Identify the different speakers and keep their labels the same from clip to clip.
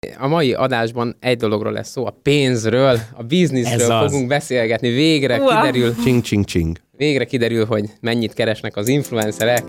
Speaker 1: A mai adásban egy dologról lesz szó, a pénzről, a bizniszről fogunk beszélgetni. Végre kiderül,
Speaker 2: Csing.
Speaker 1: Végre kiderül, hogy mennyit keresnek az influencerek.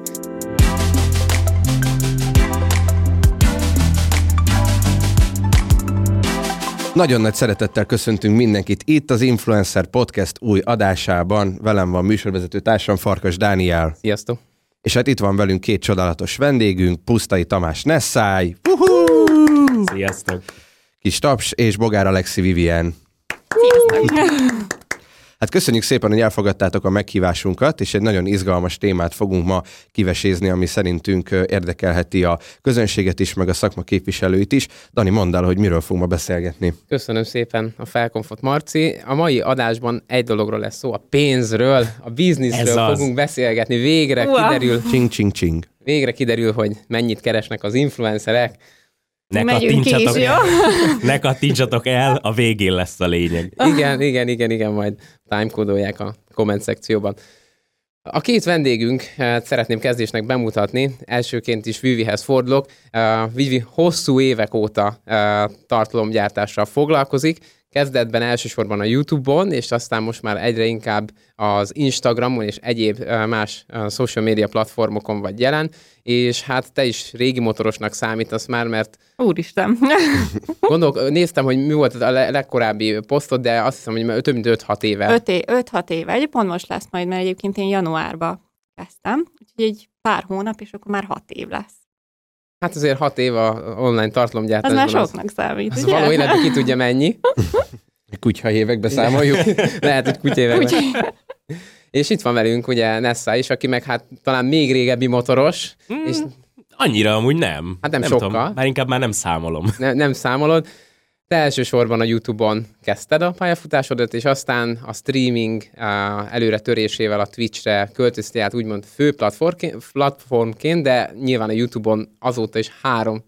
Speaker 2: Nagyon nagy szeretettel köszöntünk mindenkit itt az Influencer Podcast új adásában. Velem van műsorvezető társam, Farkas Dániel.
Speaker 1: Sziasztok!
Speaker 2: És hát itt van velünk két csodálatos vendégünk, Pusztai Tamás Nessáj.
Speaker 3: Sziasztok!
Speaker 2: Kis Taps és Bogár Alexi Vivien.
Speaker 4: Sziasztok!
Speaker 2: Hát köszönjük szépen, hogy elfogadtátok a meghívásunkat, és egy nagyon izgalmas témát fogunk ma kivesézni, ami szerintünk érdekelheti a közönséget is, meg a szakma képviselőit is. Dani, mondd el, hogy miről fogunk ma beszélgetni.
Speaker 1: Köszönöm szépen a felkonfot, Marci. A mai adásban egy dologról lesz szó, a pénzről, a bizniszről fogunk beszélgetni. Végre kiderül,
Speaker 2: Csing.
Speaker 1: Végre kiderül, hogy mennyit keresnek az influencerek.
Speaker 3: Ne kattintsatok el, a végén lesz a lényeg.
Speaker 1: Igen, majd timecode-olják a komment szekcióban. A két vendégünk szeretném kezdésnek bemutatni. Elsőként is Vivihez fordulok. Vivi hosszú évek óta tartalomgyártással foglalkozik. Kezdetben elsősorban a YouTube-on, és aztán most már egyre inkább az Instagramon és egyéb más social media platformokon vagy jelen, és hát te is régi motorosnak számítasz már, mert...
Speaker 4: Úristen!
Speaker 1: Néztem, hogy mi volt a legkorábbi posztod, de azt hiszem, hogy több mint 5-6 éve.
Speaker 4: 5-6 éve. Pont most lesz majd, mert egyébként én januárban kezdtem, úgyhogy egy pár hónap, és akkor már 6 év lesz.
Speaker 1: Hát azért 6 év a online tartalomgyártásban.
Speaker 4: Az már soknak számít,
Speaker 1: ugye? Való életben ki tudja mennyi.
Speaker 2: Kutya évekbe számoljuk.
Speaker 1: Lehet, hogy kutya években. És itt van velünk ugye Nessa is, aki meg hát talán még régebbi motoros. És...
Speaker 3: Annyira amúgy nem.
Speaker 1: Hát nem sokkal.
Speaker 3: Tudom, már inkább nem számolom.
Speaker 1: Nem számolod. Te elsősorban a YouTube-on kezdted a pályafutásodat, és aztán a streaming előre törésével a Twitch-re költöztél át úgymond fő platformként, de nyilván a YouTube-on azóta is 3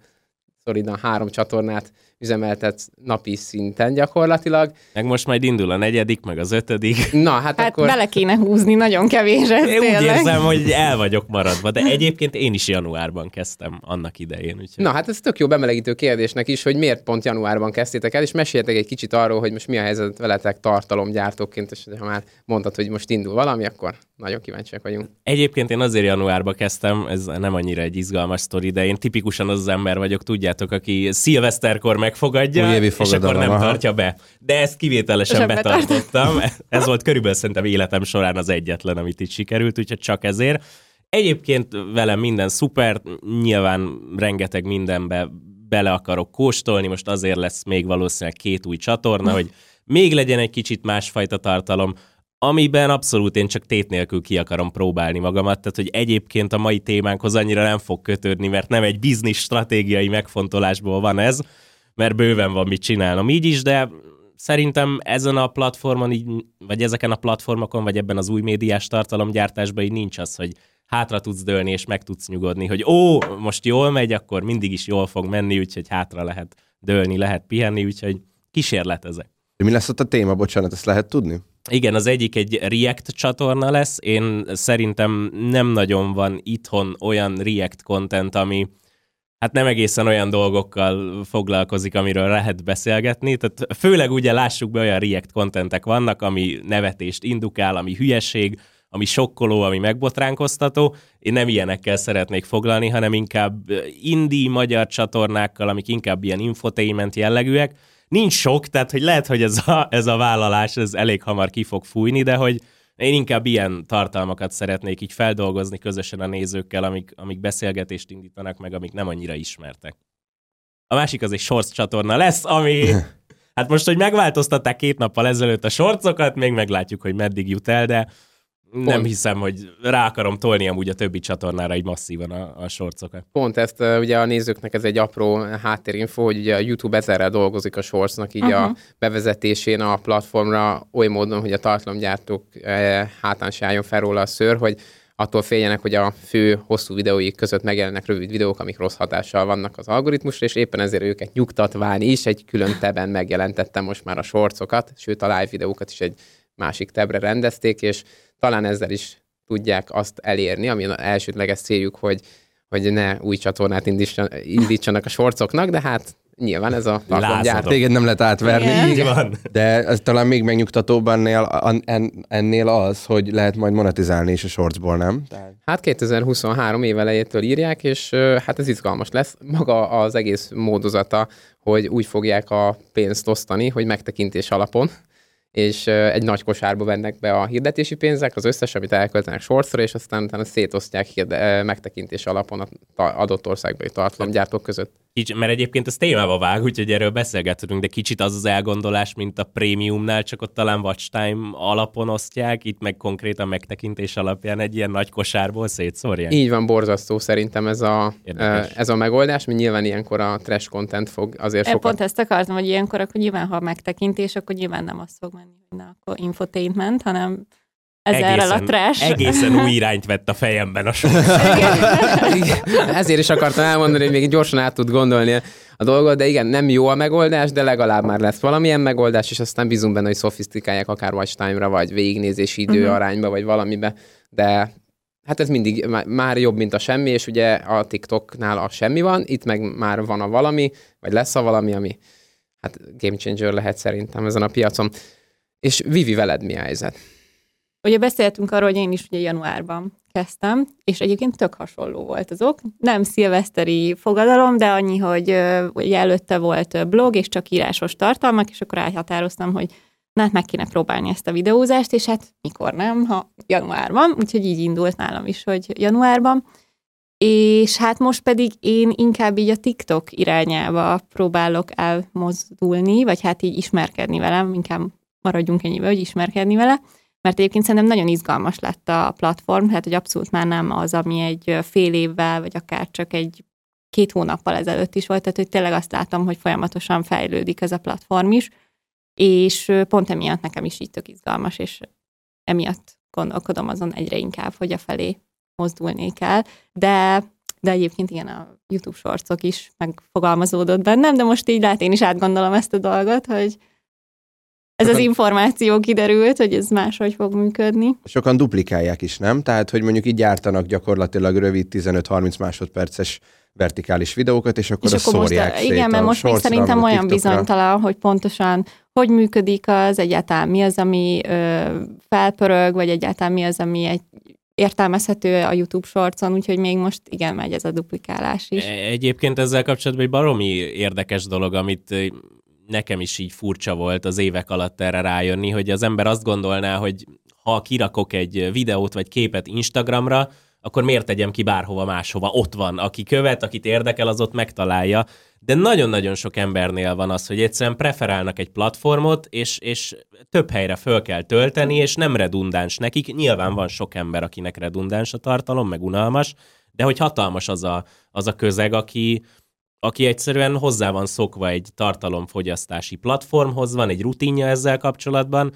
Speaker 1: csatornát üzemeltetsz napi szinten gyakorlatilag.
Speaker 3: Meg most majd indul a 4., meg az 5.
Speaker 1: Na, hát akkor...
Speaker 4: bele kéne húzni, nagyon kevés ez.
Speaker 3: Én úgy érzem, hogy el vagyok maradva, de egyébként én is januárban kezdtem annak idején. Úgyhogy...
Speaker 1: Na, hát ez tök jó bemelegítő kérdésnek is, hogy miért pont januárban kezdtétek el, és meséljetek egy kicsit arról, hogy most mi a helyzet veletek tartalomgyártóként, és ha már mondtad, hogy most indul valami, akkor nagyon kíváncsiak vagyunk.
Speaker 3: Egyébként én azért januárban kezdtem, ez nem annyira egy izgalmas sztori, de én tipikusan az ember vagyok, tudjátok, aki szilveszterkor megfogadja, és akkor nem tartja be. De ezt kivételesen betartottam. Ez volt körülbelül szerintem életem során az egyetlen, amit itt sikerült, úgyhogy csak ezért. Egyébként velem minden szuper, nyilván rengeteg mindenbe bele akarok kóstolni, most azért lesz még valószínűleg 2 új csatorna, hogy még legyen egy kicsit másfajta tartalom, amiben abszolút én csak tét nélkül ki akarom próbálni magamat, tehát hogy egyébként a mai témánkhoz annyira nem fog kötődni, mert nem egy biznisz stratégiai megfontolásból van ez, mert bőven van mit csinálnom így is, de szerintem ezen a platformon így, vagy ezeken a platformokon, vagy ebben az új médiás tartalomgyártásban így nincs az, hogy hátra tudsz dőlni, és meg tudsz nyugodni, hogy most jól megy, akkor mindig is jól fog menni, úgyhogy hátra lehet dőlni, lehet pihenni, úgyhogy kísérletezek.
Speaker 2: Mi lesz ott a téma, bocsánat, ezt lehet tudni?
Speaker 3: Igen, az egyik egy React csatorna lesz. Én szerintem nem nagyon van itthon olyan React content, ami hát nem egészen olyan dolgokkal foglalkozik, amiről lehet beszélgetni. Tehát főleg ugye lássuk be, olyan React contentek vannak, ami nevetést indukál, ami hülyeség, ami sokkoló, ami megbotránkoztató. Én nem ilyenekkel szeretnék foglalni, hanem inkább indie magyar csatornákkal, amik inkább ilyen infotainment jellegűek. Nincs sok, tehát hogy lehet, hogy ez a vállalás ez elég hamar ki fog fújni, de hogy én inkább ilyen tartalmakat szeretnék így feldolgozni közösen a nézőkkel, amik beszélgetést indítanak meg, amik nem annyira ismertek. A másik az egy shorts csatorna lesz, ami... Hát most, hogy megváltoztatták 2 nappal ezelőtt a shortsokat, még meglátjuk, hogy meddig jut el, de nem hiszem, hogy rá akarom tolni amúgy a többi csatornára így masszívan a shortsokat.
Speaker 1: Pont ezt ugye a nézőknek ez egy apró háttérinfo, hogy ugye a YouTube ezerrel dolgozik a shortsnak így a bevezetésén a platformra oly módon, hogy a tartalomgyártók hátán se álljon fel róla a szőr, hogy attól féljenek, hogy a fő hosszú videóik között megjelennek rövid videók, amik rossz hatással vannak az algoritmusra, és éppen ezért őket nyugtatván is egy külön teben megjelentettem most már a shortsokat, sőt a live videókat is egy másik tebre rendezték, és talán ezzel is tudják azt elérni, ami az elsődleges céljuk, hogy ne új csatornát indítsanak a shortsoknak, de hát nyilván ez a tartalomgyártó.
Speaker 2: Téged nem lehet átverni.
Speaker 3: Igen. Így van.
Speaker 2: De ez talán még megnyugtatóbb ennél az, hogy lehet majd monetizálni is a shortsból, nem?
Speaker 1: Hát 2023 év elejétől írják, és hát ez izgalmas lesz. Maga az egész módozata, hogy úgy fogják a pénzt osztani, hogy megtekintés alapon, és egy nagy kosárba vennek be a hirdetési pénzek, az összes, amit elköltenek shortsra, és aztán utána szétosztják megtekintés alapon az adott országbeli tartalomgyártók között.
Speaker 3: Mert egyébként ez témába vág, úgyhogy erről beszélgetünk, de kicsit az elgondolás, mint a prémiumnál, csak ott talán watch time alapon osztják, itt meg konkrétan megtekintés alapján egy ilyen nagy kosárból szétszórják.
Speaker 1: Így van, borzasztó szerintem ez a megoldás, mert nyilván ilyenkor a trash content fog azért sokat...
Speaker 4: Pont ezt akartam, hogy ilyenkor, akkor nyilván, ha megtekintés, akkor nyilván nem az fog menni, hogy na, akkor infotainment, hanem ezzel a trash.
Speaker 3: Egészen új irányt vett a fejemben a sor.
Speaker 1: Ezért is akartam elmondani, hogy még gyorsan át tud gondolni a dolgot, de igen, nem jó a megoldás, de legalább már lesz valamilyen megoldás, és aztán bízunk benne, hogy szofisztikálják akár watch time-ra, vagy végignézési idő arányba, vagy valamibe, de hát ez mindig már jobb, mint a semmi, és ugye a TikToknál a semmi van, itt meg már van a valami, vagy lesz a valami, ami hát game changer lehet szerintem ezen a piacon. És Vivi, veled mi a helyzet?
Speaker 4: Ugye beszéltünk arról, hogy én is ugye januárban kezdtem, és egyébként tök hasonló volt az ok. Nem szilveszteri fogadalom, de annyi, hogy ugye előtte volt blog, és csak írásos tartalmak, és akkor elhatároztam, hogy na, hát meg kéne próbálni ezt a videózást, és hát mikor nem, ha januárban, úgyhogy így indult nálam is, hogy januárban. És hát most pedig én inkább így a TikTok irányába próbálok elmozdulni, vagy hát így ismerkedni velem, inkább maradjunk ennyivel, hogy ismerkedni vele, mert egyébként szerintem nagyon izgalmas lett a platform, tehát hogy abszolút már nem az, ami egy fél évvel, vagy akár csak 2 hónappal ezelőtt is volt, tehát hogy tényleg azt látom, hogy folyamatosan fejlődik ez a platform is, és pont emiatt nekem is így tök izgalmas, és emiatt gondolkodom azon egyre inkább, hogy a felé mozdulnék el, de egyébként igen, a YouTube Shortsok is megfogalmazódott bennem, de most így én is átgondolom ezt a dolgot, hogy ez az információ kiderült, hogy ez máshogy fog működni.
Speaker 2: Sokan duplikálják is, nem? Tehát, hogy mondjuk így gyártanak gyakorlatilag rövid 15-30 másodperces vertikális videókat, és akkor azt szórják szét.
Speaker 4: Igen, mert most még szerintem olyan bizonytalan, hogy pontosan hogy működik az, egyáltalán mi az, ami felpörög, vagy egyáltalán mi az, ami egy értelmezhető a YouTube Shortson, úgyhogy még most igen, megy ez a duplikálás is.
Speaker 3: Egyébként ezzel kapcsolatban egy baromi érdekes dolog, amit nekem is így furcsa volt az évek alatt erre rájönni, hogy az ember azt gondolná, hogy ha kirakok egy videót vagy képet Instagramra, akkor miért tegyem ki bárhova máshova? Ott van, aki követ, akit érdekel, az ott megtalálja. De nagyon-nagyon sok embernél van az, hogy egyszerűen preferálnak egy platformot, és több helyre föl kell tölteni, és nem redundáns nekik. Nyilván van sok ember, akinek redundáns a tartalom, meg unalmas, de hogy hatalmas az a közeg, aki egyszerűen hozzá van szokva egy tartalomfogyasztási platformhoz, van egy rutinja ezzel kapcsolatban,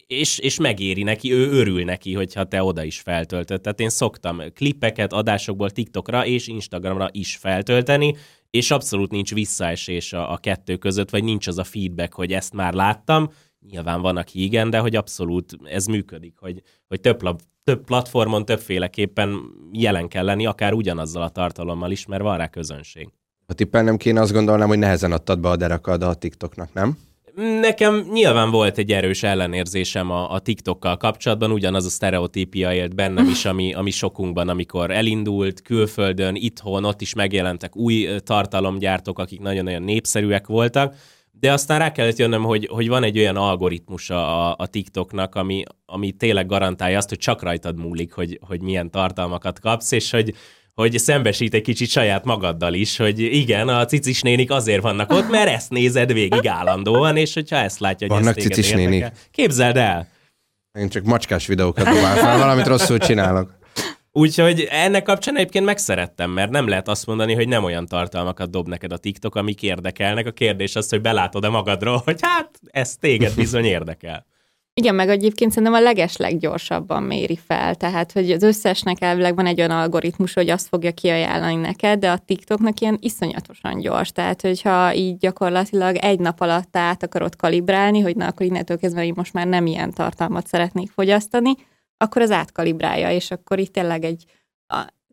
Speaker 3: és megéri neki, ő örül neki, hogyha te oda is feltöltöd. Tehát én szoktam klippeket adásokból TikTokra és Instagramra is feltölteni, és abszolút nincs visszaesés a kettő között, vagy nincs az a feedback, hogy ezt már láttam. Nyilván van, aki igen, de hogy abszolút ez működik, hogy több platformon többféleképpen jelen kell lenni, akár ugyanazzal a tartalommal is, mert van rá közönség.
Speaker 2: Ha tippelnem kéne, azt gondolnám, hogy nehezen adtad be a derekad a TikToknak, nem?
Speaker 3: Nekem nyilván volt egy erős ellenérzésem a TikTokkal kapcsolatban, ugyanaz a sztereotípia élt bennem is, ami sokunkban, amikor elindult külföldön, itthon, ott is megjelentek új tartalomgyártók, akik nagyon-nagyon népszerűek voltak, de aztán rá kellett jönnöm, hogy van egy olyan algoritmusa a TikToknak, ami tényleg garantálja azt, hogy csak rajtad múlik, hogy milyen tartalmakat kapsz, és hogy szembesít egy kicsit saját magaddal is, hogy igen, a cicis nénik azért vannak ott, mert ezt nézed végig állandóan, és hogyha ezt látja, hogy
Speaker 2: vannak
Speaker 3: ezt téged érdekel. Nénik. Képzeld el!
Speaker 2: Én csak macskás videókat dobál fel, valamit rosszul csinálok.
Speaker 3: Úgyhogy ennek kapcsán egyébként megszerettem, mert nem lehet azt mondani, hogy nem olyan tartalmakat dob neked a TikTok, amik érdekelnek. A kérdés az, hogy belátod-e magadról, hogy hát ez téged bizony érdekel.
Speaker 4: Igen, meg egyébként szerintem a legesleggyorsabban méri fel, tehát hogy az összesnek elvileg van egy olyan algoritmus, hogy azt fogja kiajánlani neked, de a TikToknak ilyen iszonyatosan gyors, tehát hogyha így gyakorlatilag egy nap alatt át akarod kalibrálni, hogy na akkor innentől kezdve én most már nem ilyen tartalmat szeretnék fogyasztani, akkor az átkalibrálja, és akkor itt tényleg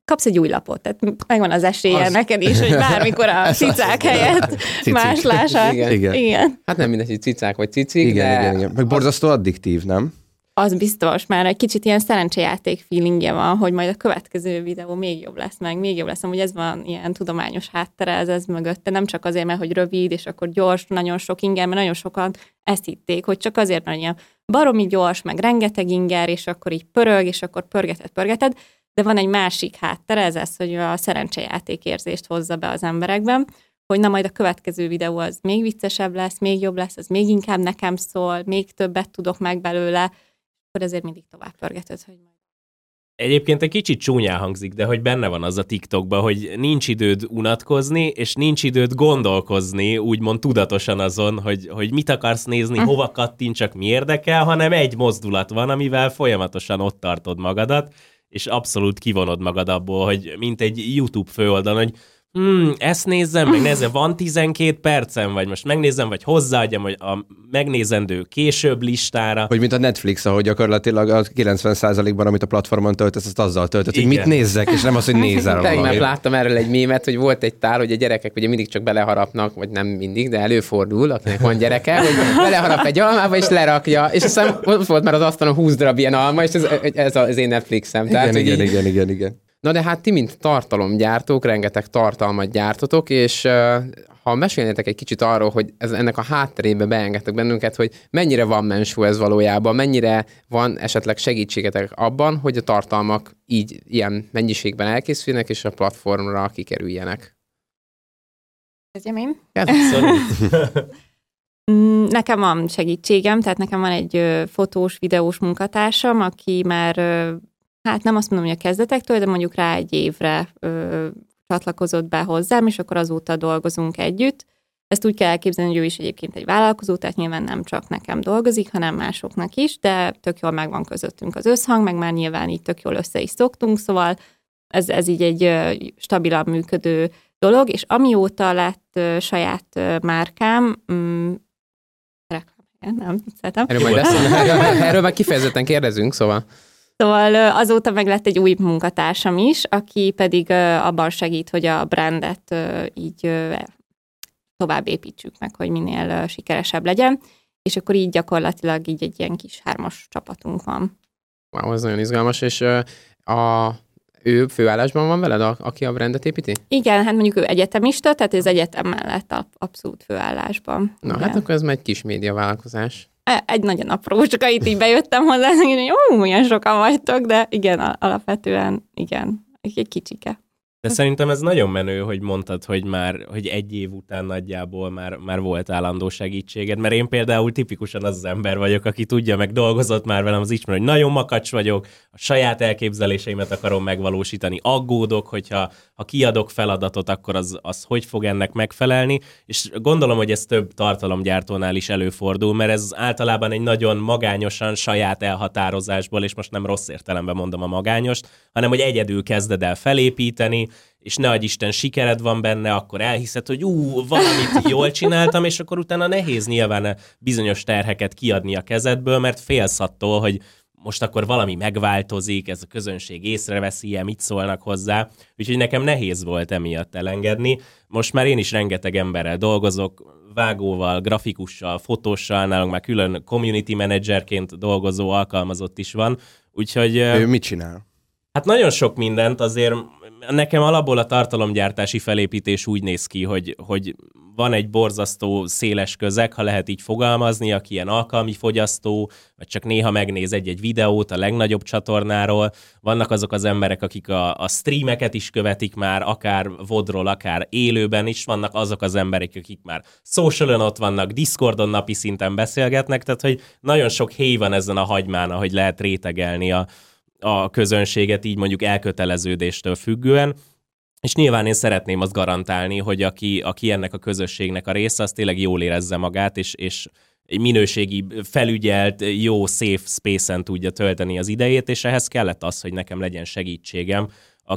Speaker 4: kapsz egy új lapot, tehát megvan az esélye neked is, hogy bármikor a cicák helyett más lássa. Igen.
Speaker 1: Hát nem mindegy, hogy cicák vagy cicik,
Speaker 2: igen. Meg borzasztó addiktív, nem?
Speaker 4: Az biztos, már egy kicsit ilyen szerencsejáték feelingje van, hogy majd a következő videó még jobb lesz, hogy ez van ilyen tudományos háttere, ez mögötte, nem csak azért, mert hogy rövid, és akkor gyors, nagyon sok inger, mert nagyon sokan ezt hitték, hogy csak azért, mert ilyen baromi gyors, meg rengeteg inger, és akkor így pörög, és akkor pörgeted, de van egy másik háttere, ez az, hogy a szerencsejáték érzést hozza be az emberekben, hogy na majd a következő videó az még viccesebb lesz, még jobb lesz, az még inkább nekem szól, még többet tudok meg belőle, akkor ezért mindig tovább pörgeted, hogy majd.
Speaker 3: Egyébként egy kicsit csúnyán hangzik, de hogy benne van az a TikTokban, hogy nincs időd unatkozni, és nincs időd gondolkozni, úgymond tudatosan azon, hogy mit akarsz nézni, hova kattintsak, mi érdekel, hanem egy mozdulat van, amivel folyamatosan ott tartod magadat, és abszolút kivonod magad abból, hogy mint egy YouTube főoldalon, hogy ezt nézzem, meg nézzem, van 12 percem, vagy most megnézem, vagy hozzáadjam, hogy a megnézendő később listára.
Speaker 2: Hogy mint a Netflix, ahogy gyakorlatilag a 90%-ban, amit a platformon töltesz, azt azzal töltött, hogy mit nézzek, és nem az, hogy nézel valamit.
Speaker 1: Tegnap láttam erről egy mémet, hogy volt egy tál, hogy a gyerekek ugye mindig csak beleharapnak, vagy nem mindig, de előfordul, akinek van gyereke, hogy beleharap egy almába, és lerakja, és aztán ott volt már az asztalon 20 darab ilyen alma, és ez az én Netflixem.
Speaker 2: Igen.
Speaker 1: Na de hát ti, mint tartalomgyártók, rengeteg tartalmat gyártotok, és ha mesélnétek egy kicsit arról, hogy ennek a hátterébe beengedtek bennünket, hogy mennyire van mensú ez valójában, mennyire van esetleg segítségetek abban, hogy a tartalmak így ilyen mennyiségben elkészüljenek, és a platformra kikerüljenek.
Speaker 4: Kezdjem én? Nekem van segítségem, tehát nekem van egy fotós, videós munkatársam, aki már hát nem azt mondom, hogy a kezdetektől, de mondjuk rá egy évre csatlakozott be hozzám, és akkor azóta dolgozunk együtt. Ezt úgy kell elképzelni, hogy ő is egyébként egy vállalkozó, tehát nyilván nem csak nekem dolgozik, hanem másoknak is, de tök jól megvan közöttünk az összhang, meg már nyilván így tök jól össze is szoktunk, szóval ez így egy stabilan működő dolog, és amióta lett saját márkám, nem szeretem.
Speaker 1: Erről már kifejezetten kérdezünk, szóval
Speaker 4: azóta meg lett egy új munkatársam is, aki pedig abban segít, hogy a brandet így tovább építsük meg, hogy minél sikeresebb legyen, és akkor így gyakorlatilag így egy ilyen kis 3-as csapatunk van.
Speaker 1: Wow, ez nagyon izgalmas, és ő főállásban van veled, aki a brandet építi?
Speaker 4: Igen, hát mondjuk ő egyetemista, tehát az egyetem mellett abszolút főállásban.
Speaker 1: Na, hát akkor ez már egy kis médiavállalkozás.
Speaker 4: Egy nagyon aprócska, itt így bejöttem hozzá, hogy milyen sokan vagytok, de igen, alapvetően igen, egy kicsike.
Speaker 3: De szerintem ez nagyon menő, hogy mondtad, hogy egy év után nagyjából már volt állandó segítséged, mert én például tipikusan az ember vagyok, aki tudja, meg dolgozott már velem az ismer, hogy nagyon makacs vagyok, a saját elképzeléseimet akarom megvalósítani, aggódok, hogyha kiadok feladatot, akkor az hogy fog ennek megfelelni, és gondolom, hogy ez több tartalomgyártónál is előfordul, mert ez általában egy nagyon magányosan saját elhatározásból, és most nem rossz értelemben mondom a magányost, hanem hogy egyedül kezded el felépíteni, és ne adj Isten sikered van benne, akkor elhiszed, hogy valamit jól csináltam, és akkor utána nehéz nyilván bizonyos terheket kiadni a kezedből, mert félsz attól, hogy most akkor valami megváltozik, ez a közönség észreveszi, ilyen mit szólnak hozzá, úgyhogy nekem nehéz volt emiatt elengedni. Most már én is rengeteg emberrel dolgozok, vágóval, grafikussal, fotóssal, nálunk már külön community managerként dolgozó alkalmazott is van, úgyhogy...
Speaker 2: Ő mit csinál?
Speaker 3: Hát nagyon sok mindent, azért nekem alapból a tartalomgyártási felépítés úgy néz ki, hogy van egy borzasztó széles közeg, ha lehet így fogalmazni, aki ilyen alkalmi fogyasztó, vagy csak néha megnéz egy-egy videót a legnagyobb csatornáról. Vannak azok az emberek, akik a streameket is követik már, akár VOD-ról, akár élőben is. Vannak azok az emberek, akik már socialon ott vannak, Discordon napi szinten beszélgetnek, tehát hogy nagyon sok héj van ezen a hagymán, ahogy lehet rétegelni a közönséget, így mondjuk elköteleződéstől függően, és nyilván én szeretném azt garantálni, hogy aki ennek a közösségnek a része, az tényleg jól érezze magát, és egy minőségi, felügyelt, jó, safe space-en tudja tölteni az idejét, és ehhez kellett az, hogy nekem legyen segítségem,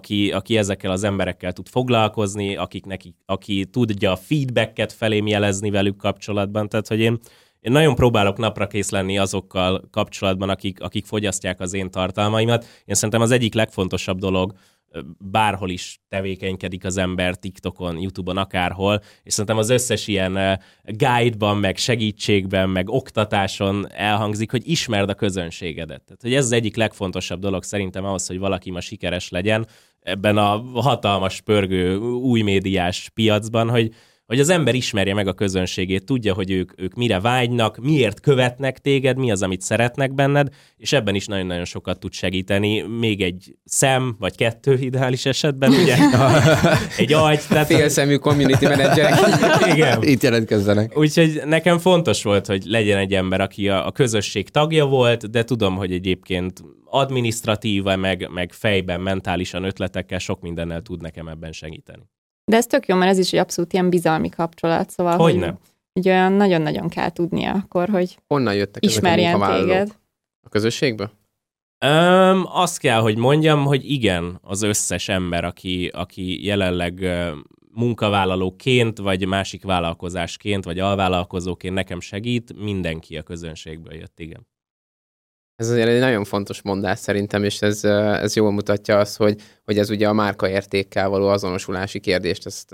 Speaker 3: aki ezekkel az emberekkel tud foglalkozni, aki tudja a feedbacket felém jelezni velük kapcsolatban, tehát hogy én nagyon próbálok napra kész lenni azokkal kapcsolatban, akik fogyasztják az én tartalmaimat. Én szerintem az egyik legfontosabb dolog bárhol is tevékenykedik az ember, TikTokon, YouTube-on, akárhol, és szerintem az összes ilyen guide-ban, meg segítségben, meg oktatáson elhangzik, hogy ismerd a közönségedet. Tehát, hogy ez az egyik legfontosabb dolog szerintem ahhoz, hogy valaki ma sikeres legyen ebben a hatalmas, pörgő, új médiás piacban, hogy az ember ismerje meg a közönségét, tudja, hogy ők mire vágynak, miért követnek téged, mi az, amit szeretnek benned, és ebben is nagyon-nagyon sokat tud segíteni. Még egy szem, vagy 2 ideális esetben, ugye? Egy agy.
Speaker 1: Félszemű community managerek.
Speaker 3: Igen.
Speaker 2: Itt jelentkezzenek.
Speaker 3: Úgyhogy nekem fontos volt, hogy legyen egy ember, aki a közösség tagja volt, de tudom, hogy egyébként adminisztratíva, meg fejben, mentálisan, ötletekkel sok mindennel tud nekem ebben segíteni.
Speaker 4: De ez tök jó, mert ez is egy abszolút ilyen bizalmi kapcsolat, szóval, hogy olyan nagyon-nagyon kell tudnia akkor, hogy
Speaker 1: honnan jöttek
Speaker 4: ismerjen téged.
Speaker 1: A közösségből?
Speaker 3: Azt kell, hogy mondjam, hogy igen, az összes ember, aki jelenleg munkavállalóként, vagy másik vállalkozásként, vagy alvállalkozóként nekem segít, mindenki a közönségből jött, igen.
Speaker 1: Ez azért egy nagyon fontos mondás szerintem, és ez jól mutatja azt, hogy ez ugye a márkaértékkel való azonosulási kérdést, ezt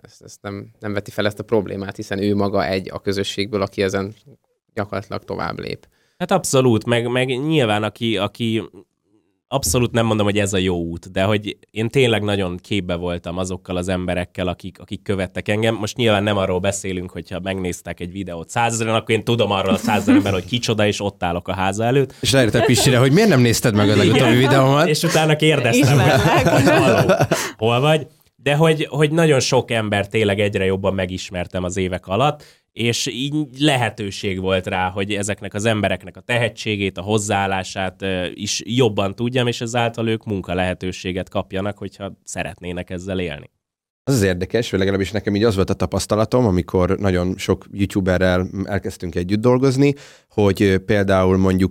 Speaker 1: nem veti fel ezt a problémát, hiszen ő maga a közösségből, aki ezen gyakorlatilag tovább lép.
Speaker 3: Hát abszolút, meg nyilván aki abszolút nem mondom, hogy ez a jó út, de hogy én tényleg nagyon képbe voltam azokkal az emberekkel, akik követtek engem. Most nyilván nem arról beszélünk, hogyha megnéztek egy videót 100 000-en, akkor én tudom arról a 100 000 ember, hogy kicsoda, és ott állok a háza előtt.
Speaker 2: És leírtál Pistire, hogy miért nem nézted meg a legutóbbi videómat?
Speaker 3: És utána kérdeztem, hogy hol vagy. De hogy nagyon sok ember tényleg egyre jobban megismertem az évek alatt, és így lehetőség volt rá, hogy ezeknek az embereknek a tehetségét, a hozzáállását is jobban tudjam, és ezáltal ők munka lehetőséget kapjanak, hogyha szeretnének ezzel élni.
Speaker 2: Az érdekes, vagy legalábbis nekem így az volt a tapasztalatom, amikor nagyon sok youtuberrel elkezdtünk együtt dolgozni, hogy például mondjuk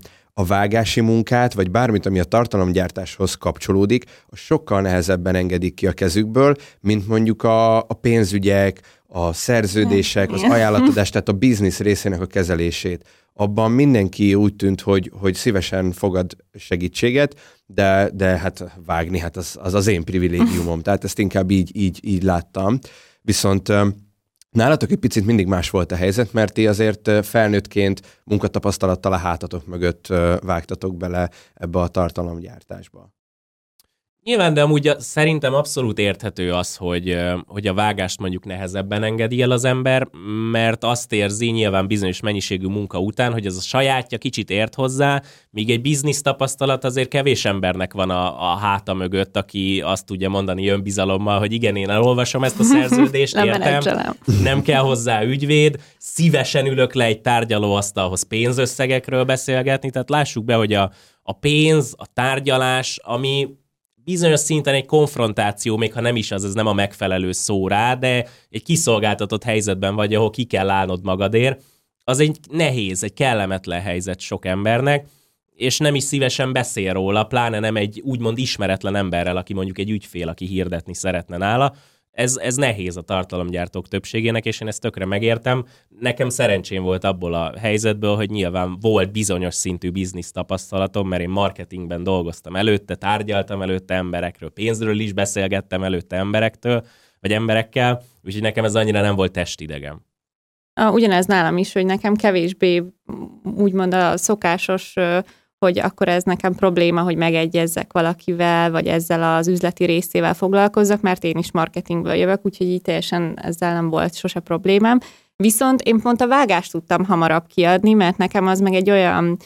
Speaker 2: a vágási munkát, vagy bármit, ami a tartalomgyártáshoz kapcsolódik, az sokkal nehezebben engedik ki a kezükből, mint mondjuk a pénzügyek, a szerződések, az ajánlatadás, tehát a biznisz részének a kezelését. Abban mindenki úgy tűnt, hogy szívesen fogad segítséget, de hát vágni, hát az én privilégiumom. Tehát ezt inkább így láttam. Viszont nálatok egy picit mindig más volt a helyzet, mert ti azért felnőttként munkatapasztalattal a hátatok mögött vágtatok bele ebbe a tartalomgyártásba.
Speaker 3: Nyilván, de amúgy szerintem abszolút érthető az, hogy a vágást mondjuk nehezebben engedi el az ember, mert azt érzi nyilván bizonyos mennyiségű munka után, hogy ez a sajátja kicsit ért hozzá, míg egy biznisz tapasztalat azért kevés embernek van a háta mögött, aki azt tudja mondani önbizalommal, hogy igen, én elolvasom ezt a szerződést, értem, nem kell hozzá ügyvéd, szívesen ülök le egy tárgyalóasztalhoz pénzösszegekről beszélgetni, tehát lássuk be, hogy a pénz, a tárgyalás, ami bizonyos szinten egy konfrontáció, még ha nem is az, ez nem a megfelelő szó rá, de egy kiszolgáltatott helyzetben vagy, ahol ki kell állnod magadért, az egy nehéz, egy kellemetlen helyzet sok embernek, és nem is szívesen beszél róla, pláne nem egy úgymond ismeretlen emberrel, aki mondjuk egy ügyfél, aki hirdetni szeretne nála. Ez nehéz a tartalomgyártók többségének, és én ezt tökre megértem. Nekem szerencsém volt abból a helyzetből, hogy nyilván volt bizonyos szintű biznisz tapasztalatom, mert én marketingben dolgoztam előtte, tárgyaltam előtte emberekről, pénzről is beszélgettem előtte emberektől, vagy emberekkel, úgyhogy nekem ez annyira nem volt testidegem.
Speaker 4: Ugyanez nálam is, hogy nekem kevésbé úgymond a szokásos, hogy akkor ez nekem probléma, hogy megegyezzek valakivel, vagy ezzel az üzleti részével foglalkozzak, mert én is marketingből jövök, úgyhogy így teljesen ezzel nem volt sose problémám. Viszont én pont a vágást tudtam hamarabb kiadni, mert nekem az meg egy olyan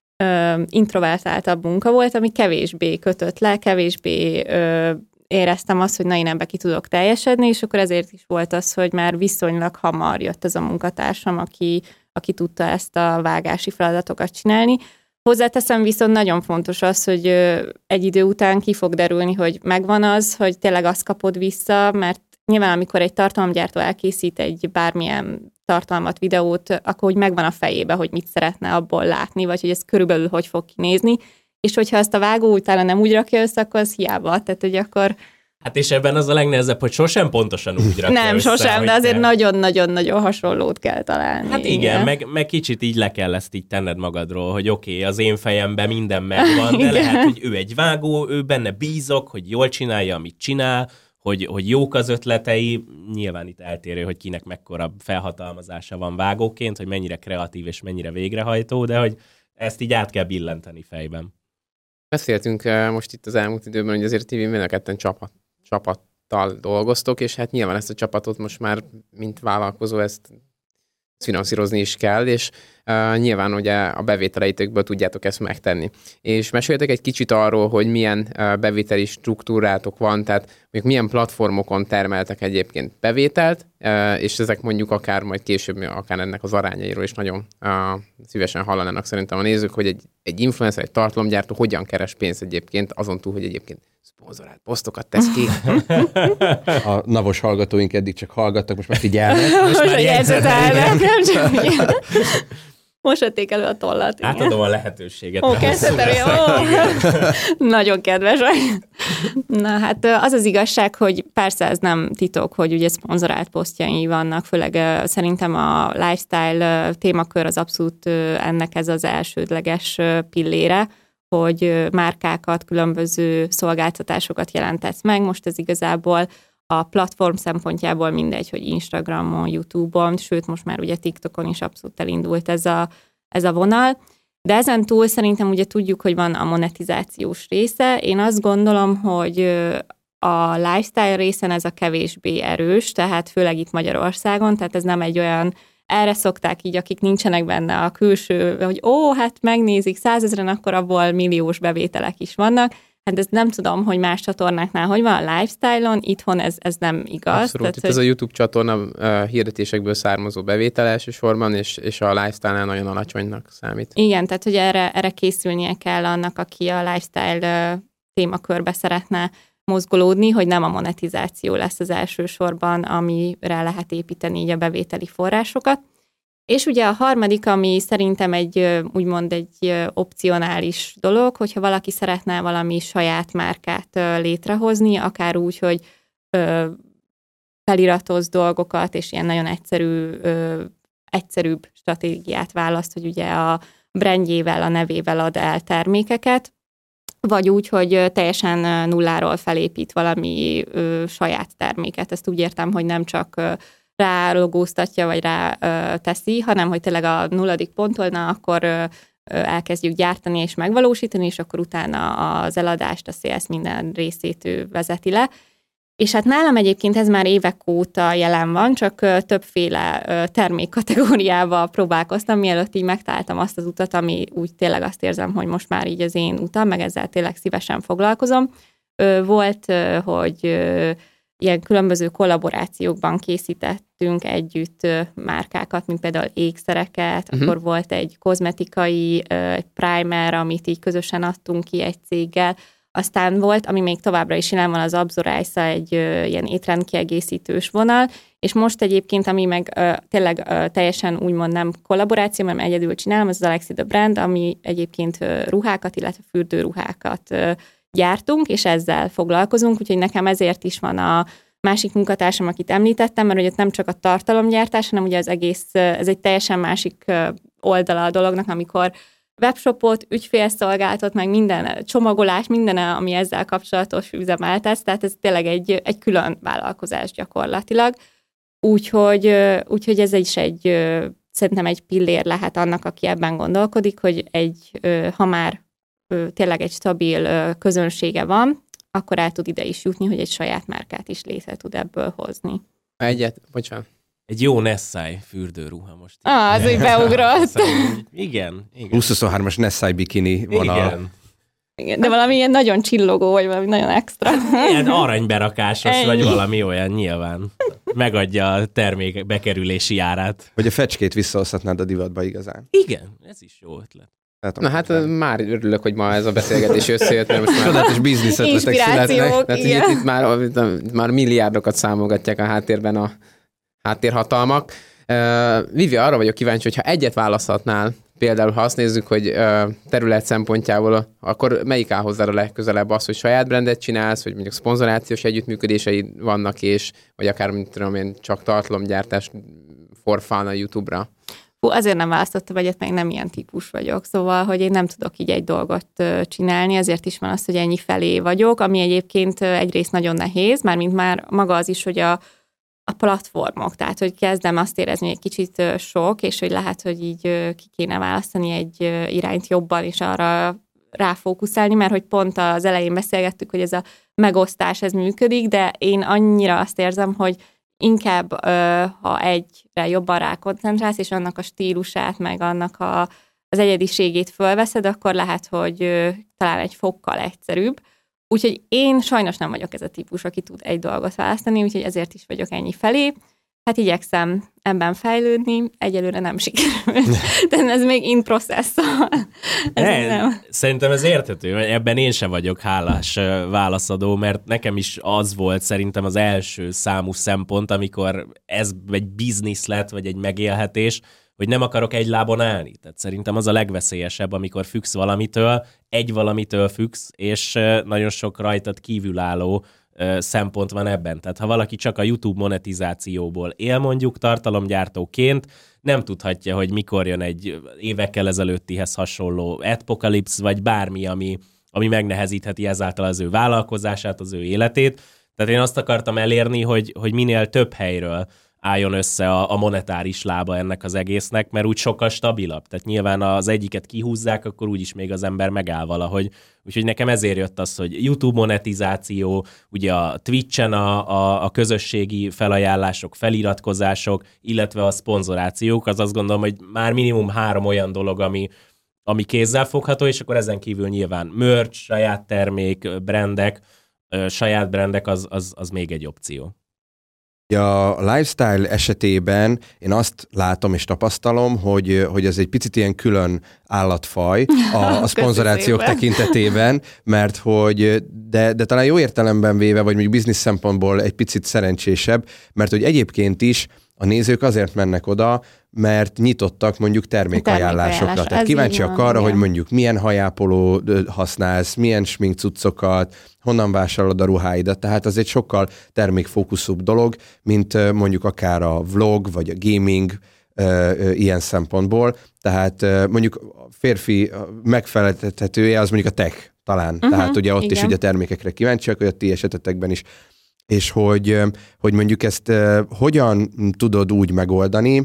Speaker 4: introvertáltabb munka volt, ami kevésbé kötött le, kevésbé éreztem azt, hogy na, én ebbe ki tudok teljesedni, és akkor ezért is volt az, hogy már viszonylag hamar jött ez a munkatársam, aki tudta ezt a vágási feladatokat csinálni. Hozzáteszem, viszont nagyon fontos az, hogy egy idő után ki fog derülni, hogy megvan az, hogy tényleg azt kapod vissza, mert nyilván amikor egy tartalomgyártó elkészít egy bármilyen tartalmat, videót, akkor hogy megvan a fejébe, hogy mit szeretne abból látni, vagy hogy ez körülbelül hogy fog kinézni, és hogyha ezt a vágó utána nem úgy rakja össze, akkor az hiába. Tehát, hogy akkor
Speaker 3: Hát és ebben az a legnehezebb, hogy sosem pontosan úgy rakja
Speaker 4: nem,
Speaker 3: össze,
Speaker 4: sosem, de azért nagyon-nagyon-nagyon hasonlót kell találni.
Speaker 3: Hát igen, meg kicsit így le kell ezt így tenned magadról, hogy oké, az én fejemben minden megvan, de lehet, hogy ő egy vágó, ő benne bízok, hogy jól csinálja, amit csinál, hogy jók az ötletei, nyilván itt eltérő, hogy kinek mekkora felhatalmazása van vágóként, hogy mennyire kreatív és mennyire végrehajtó, de hogy ezt így át kell billenteni fejben.
Speaker 1: Beszéltünk most itt az elmúlt időben, hogy azért TV-n mind a ketten csapattal dolgoztok, és hát nyilván ezt a csapatot most már, mint vállalkozó, ezt finanszírozni is kell, és nyilván ugye a bevételeitekből tudjátok ezt megtenni. És meséljetek egy kicsit arról, hogy milyen bevételi struktúrátok van, tehát mondjuk milyen platformokon termeltek egyébként bevételt, és ezek mondjuk akár majd később, akár ennek az arányairól is nagyon szívesen hallanának szerintem a nézők, hogy egy influencer, egy tartalomgyártó hogyan keres pénzt egyébként, azon túl, hogy egyébként szponzorált posztokat tesz ki.
Speaker 2: A navos hallgatóink eddig csak hallgattak, most már figyelnek.
Speaker 4: Most már jegyzetelnek, nem csak mosatték elő a tollat.
Speaker 3: Átadom a lehetőséget.
Speaker 4: Nagyon kedves vagy. Na hát az az igazság, hogy persze ez nem titok, hogy ugye szponzorált posztjai vannak, főleg szerintem a lifestyle témakör az abszolút ennek ez az elsődleges pillére, hogy márkákat, különböző szolgáltatásokat jelentetsz meg. Most ez igazából a platform szempontjából mindegy, hogy Instagramon, YouTube-on, sőt most már ugye TikTokon is abszolút elindult ez a vonal. De ezen túl szerintem ugye tudjuk, hogy van a monetizációs része. Én azt gondolom, hogy a lifestyle részen ez a kevésbé erős, tehát főleg itt Magyarországon, tehát ez nem egy olyan, erre szokták így, akik nincsenek benne a külső, hogy hát megnézik 100 000-en, akkor abból milliós bevételek is vannak. Hát ezt nem tudom, hogy más csatornáknál hogy van, a lifestyle-on, itthon ez nem igaz.
Speaker 1: Abszolút, tehát, itt ez a YouTube csatorna hirdetésekből származó bevétel elsősorban, és a lifestyle-nál nagyon alacsonynak számít.
Speaker 4: Igen, tehát hogy erre készülnie kell annak, aki a lifestyle témakörbe szeretne mozgolódni, hogy nem a monetizáció lesz az elsősorban, amire lehet építeni így a bevételi forrásokat. És ugye a harmadik, ami szerintem úgymond egy opcionális dolog, hogyha valaki szeretne valami saját márkát létrehozni, akár úgy, hogy feliratoz dolgokat, és ilyen nagyon egyszerűbb stratégiát választ, hogy ugye a brandjével, a nevével ad el termékeket, vagy úgy, hogy teljesen nulláról felépít valami saját terméket. Ezt úgy értem, hogy nem csak rálogóztatja, vagy rá teszi, hanem hogy tényleg a 0. ponttól, akkor elkezdjük gyártani és megvalósítani, és akkor utána az eladást, a sales minden részét ő vezeti le. És hát nálam egyébként ez már évek óta jelen van, csak többféle termékkategóriába próbálkoztam, mielőtt így megtaláltam azt az utat, ami úgy tényleg azt érzem, hogy most már így az én utam, meg ezzel tényleg szívesen foglalkozom. Volt, hogy ilyen különböző kollaborációkban készítettünk együtt márkákat, mint például ékszereket, akkor volt egy kozmetikai egy primer, amit így közösen adtunk ki egy céggel, aztán volt, ami még továbbra is jelen van, az Absorize, egy ilyen étrendkiegészítős vonal, és most egyébként, ami meg tényleg teljesen úgymond nem kollaboráció, mert egyedül csinálom, az Alexi the Brand, ami egyébként ruhákat, illetve fürdőruhákat gyártunk, és ezzel foglalkozunk, úgyhogy nekem ezért is van a másik munkatársam, akit említettem, mert ugye nem csak a tartalomgyártás, hanem ugye az egész, ez egy teljesen másik oldala a dolognak, amikor webshopot, ügyfélszolgáltat, meg minden csomagolás, minden, ami ezzel kapcsolatos üzemeltetsz, tehát ez tényleg egy külön vállalkozás gyakorlatilag. Úgyhogy ez is szerintem egy pillér lehet annak, aki ebben gondolkodik, hogy ha már tényleg egy stabil közönsége van, akkor el tud ide is jutni, hogy egy saját márkát is létre tud ebből hozni.
Speaker 1: Bocsánat.
Speaker 3: Egy jó Nessai fürdőruha most.
Speaker 4: Az úgy beugrott.
Speaker 3: Igen.
Speaker 2: 23-as Nessai bikini van
Speaker 4: Igen, de valami ilyen nagyon csillogó, vagy valami nagyon extra.
Speaker 3: Ilyen aranyberakásos, vagy valami olyan nyilván. Megadja a termék bekerülési árát.
Speaker 2: Vagy a fecskét visszahozhatnád a divatba igazán.
Speaker 3: Igen, ez is jó ötlet.
Speaker 1: Na hát már örülök, hogy ma ez a beszélgetés összejött, mert most már
Speaker 2: csodálatos biznisz ötletek születnek.
Speaker 1: Tehát itt már milliárdokat számolgatják a háttérben a háttérhatalmak. Vivi, arra vagyok kíváncsi, hogyha egyet választhatnál például ha azt nézzük, hogy terület szempontjából, akkor melyik áll hozzá a legközelebb az, hogy saját brandet csinálsz, vagy mondjuk szponzorációs együttműködéseid vannak, vagy akár, mint tudom én, csak tartalomgyártás for fun a YouTube-ra?
Speaker 4: Azért nem választottam egyet, meg nem ilyen típus vagyok. Szóval, hogy én nem tudok így egy dolgot csinálni, ezért is van az, hogy ennyi felé vagyok, ami egyébként egyrészt nagyon nehéz, mármint már maga az is, hogy a platformok, tehát hogy kezdem azt érezni, hogy egy kicsit sok, és hogy lehet, hogy így ki kéne választani egy irányt jobban, és arra ráfókuszálni, mert hogy pont az elején beszélgettük, hogy ez a megosztás, ez működik, de én annyira azt érzem, hogy inkább, ha egyre jobban rákoncentrálsz, és annak a stílusát, meg annak az egyediségét fölveszed, akkor lehet, hogy talán egy fokkal egyszerűbb. Úgyhogy én sajnos nem vagyok ez a típus, aki tud egy dolgot választani, úgyhogy ezért is vagyok ennyi felé. Hát igyekszem ebben fejlődni, egyelőre nem sikerült, de ez még in process.
Speaker 3: Szerintem ez érthető, ebben én sem vagyok hálás válaszadó, mert nekem is az volt szerintem az első számú szempont, amikor ez egy biznisz lett, vagy egy megélhetés, hogy nem akarok egy lábon állni. Tehát szerintem az a legveszélyesebb, amikor függsz valamitől, egy valamitől függsz, és nagyon sok rajtad kívülálló szempont van ebben. Tehát ha valaki csak a YouTube monetizációból él mondjuk tartalomgyártóként, nem tudhatja, hogy mikor jön egy évekkel ezelőttihez hasonló adpocalypse, vagy bármi, ami megnehezítheti ezáltal az ő vállalkozását, az ő életét. Tehát én azt akartam elérni, hogy minél több helyről álljon össze a monetáris lába ennek az egésznek, mert úgy sokkal stabilabb. Tehát nyilván az egyiket kihúzzák, akkor úgyis még az ember megáll valahogy. Úgyhogy nekem ezért jött az, hogy YouTube monetizáció, ugye a Twitch-en a közösségi felajánlások, feliratkozások, illetve a szponzorációk, az azt gondolom, hogy már minimum 3 olyan dolog, ami kézzelfogható, és akkor ezen kívül nyilván merch, saját termék, brandek, saját brandek, az még egy opció.
Speaker 2: A lifestyle esetében én azt látom és tapasztalom, hogy ez egy picit ilyen külön állatfaj a szponzorációk tekintetében, mert hogy, de talán jó értelemben véve, vagy mondjuk biznisz szempontból egy picit szerencsésebb, mert hogy egyébként is a nézők azért mennek oda, mert nyitottak mondjuk termékajánlásokra. Tehát kíváncsiak arra, hogy mondjuk milyen hajápoló használsz, milyen sminkcuccokat, honnan vásárolod a ruháidat. Tehát az egy sokkal termékfókuszúbb dolog, mint mondjuk akár a vlog, vagy a gaming ilyen szempontból. Tehát mondjuk a férfi megfeleltethetője az mondjuk a tech talán. Tehát ugye ott is ugye a termékekre kíváncsiak, hogy a ti esetetekben is. És hogy mondjuk ezt hogyan tudod úgy megoldani,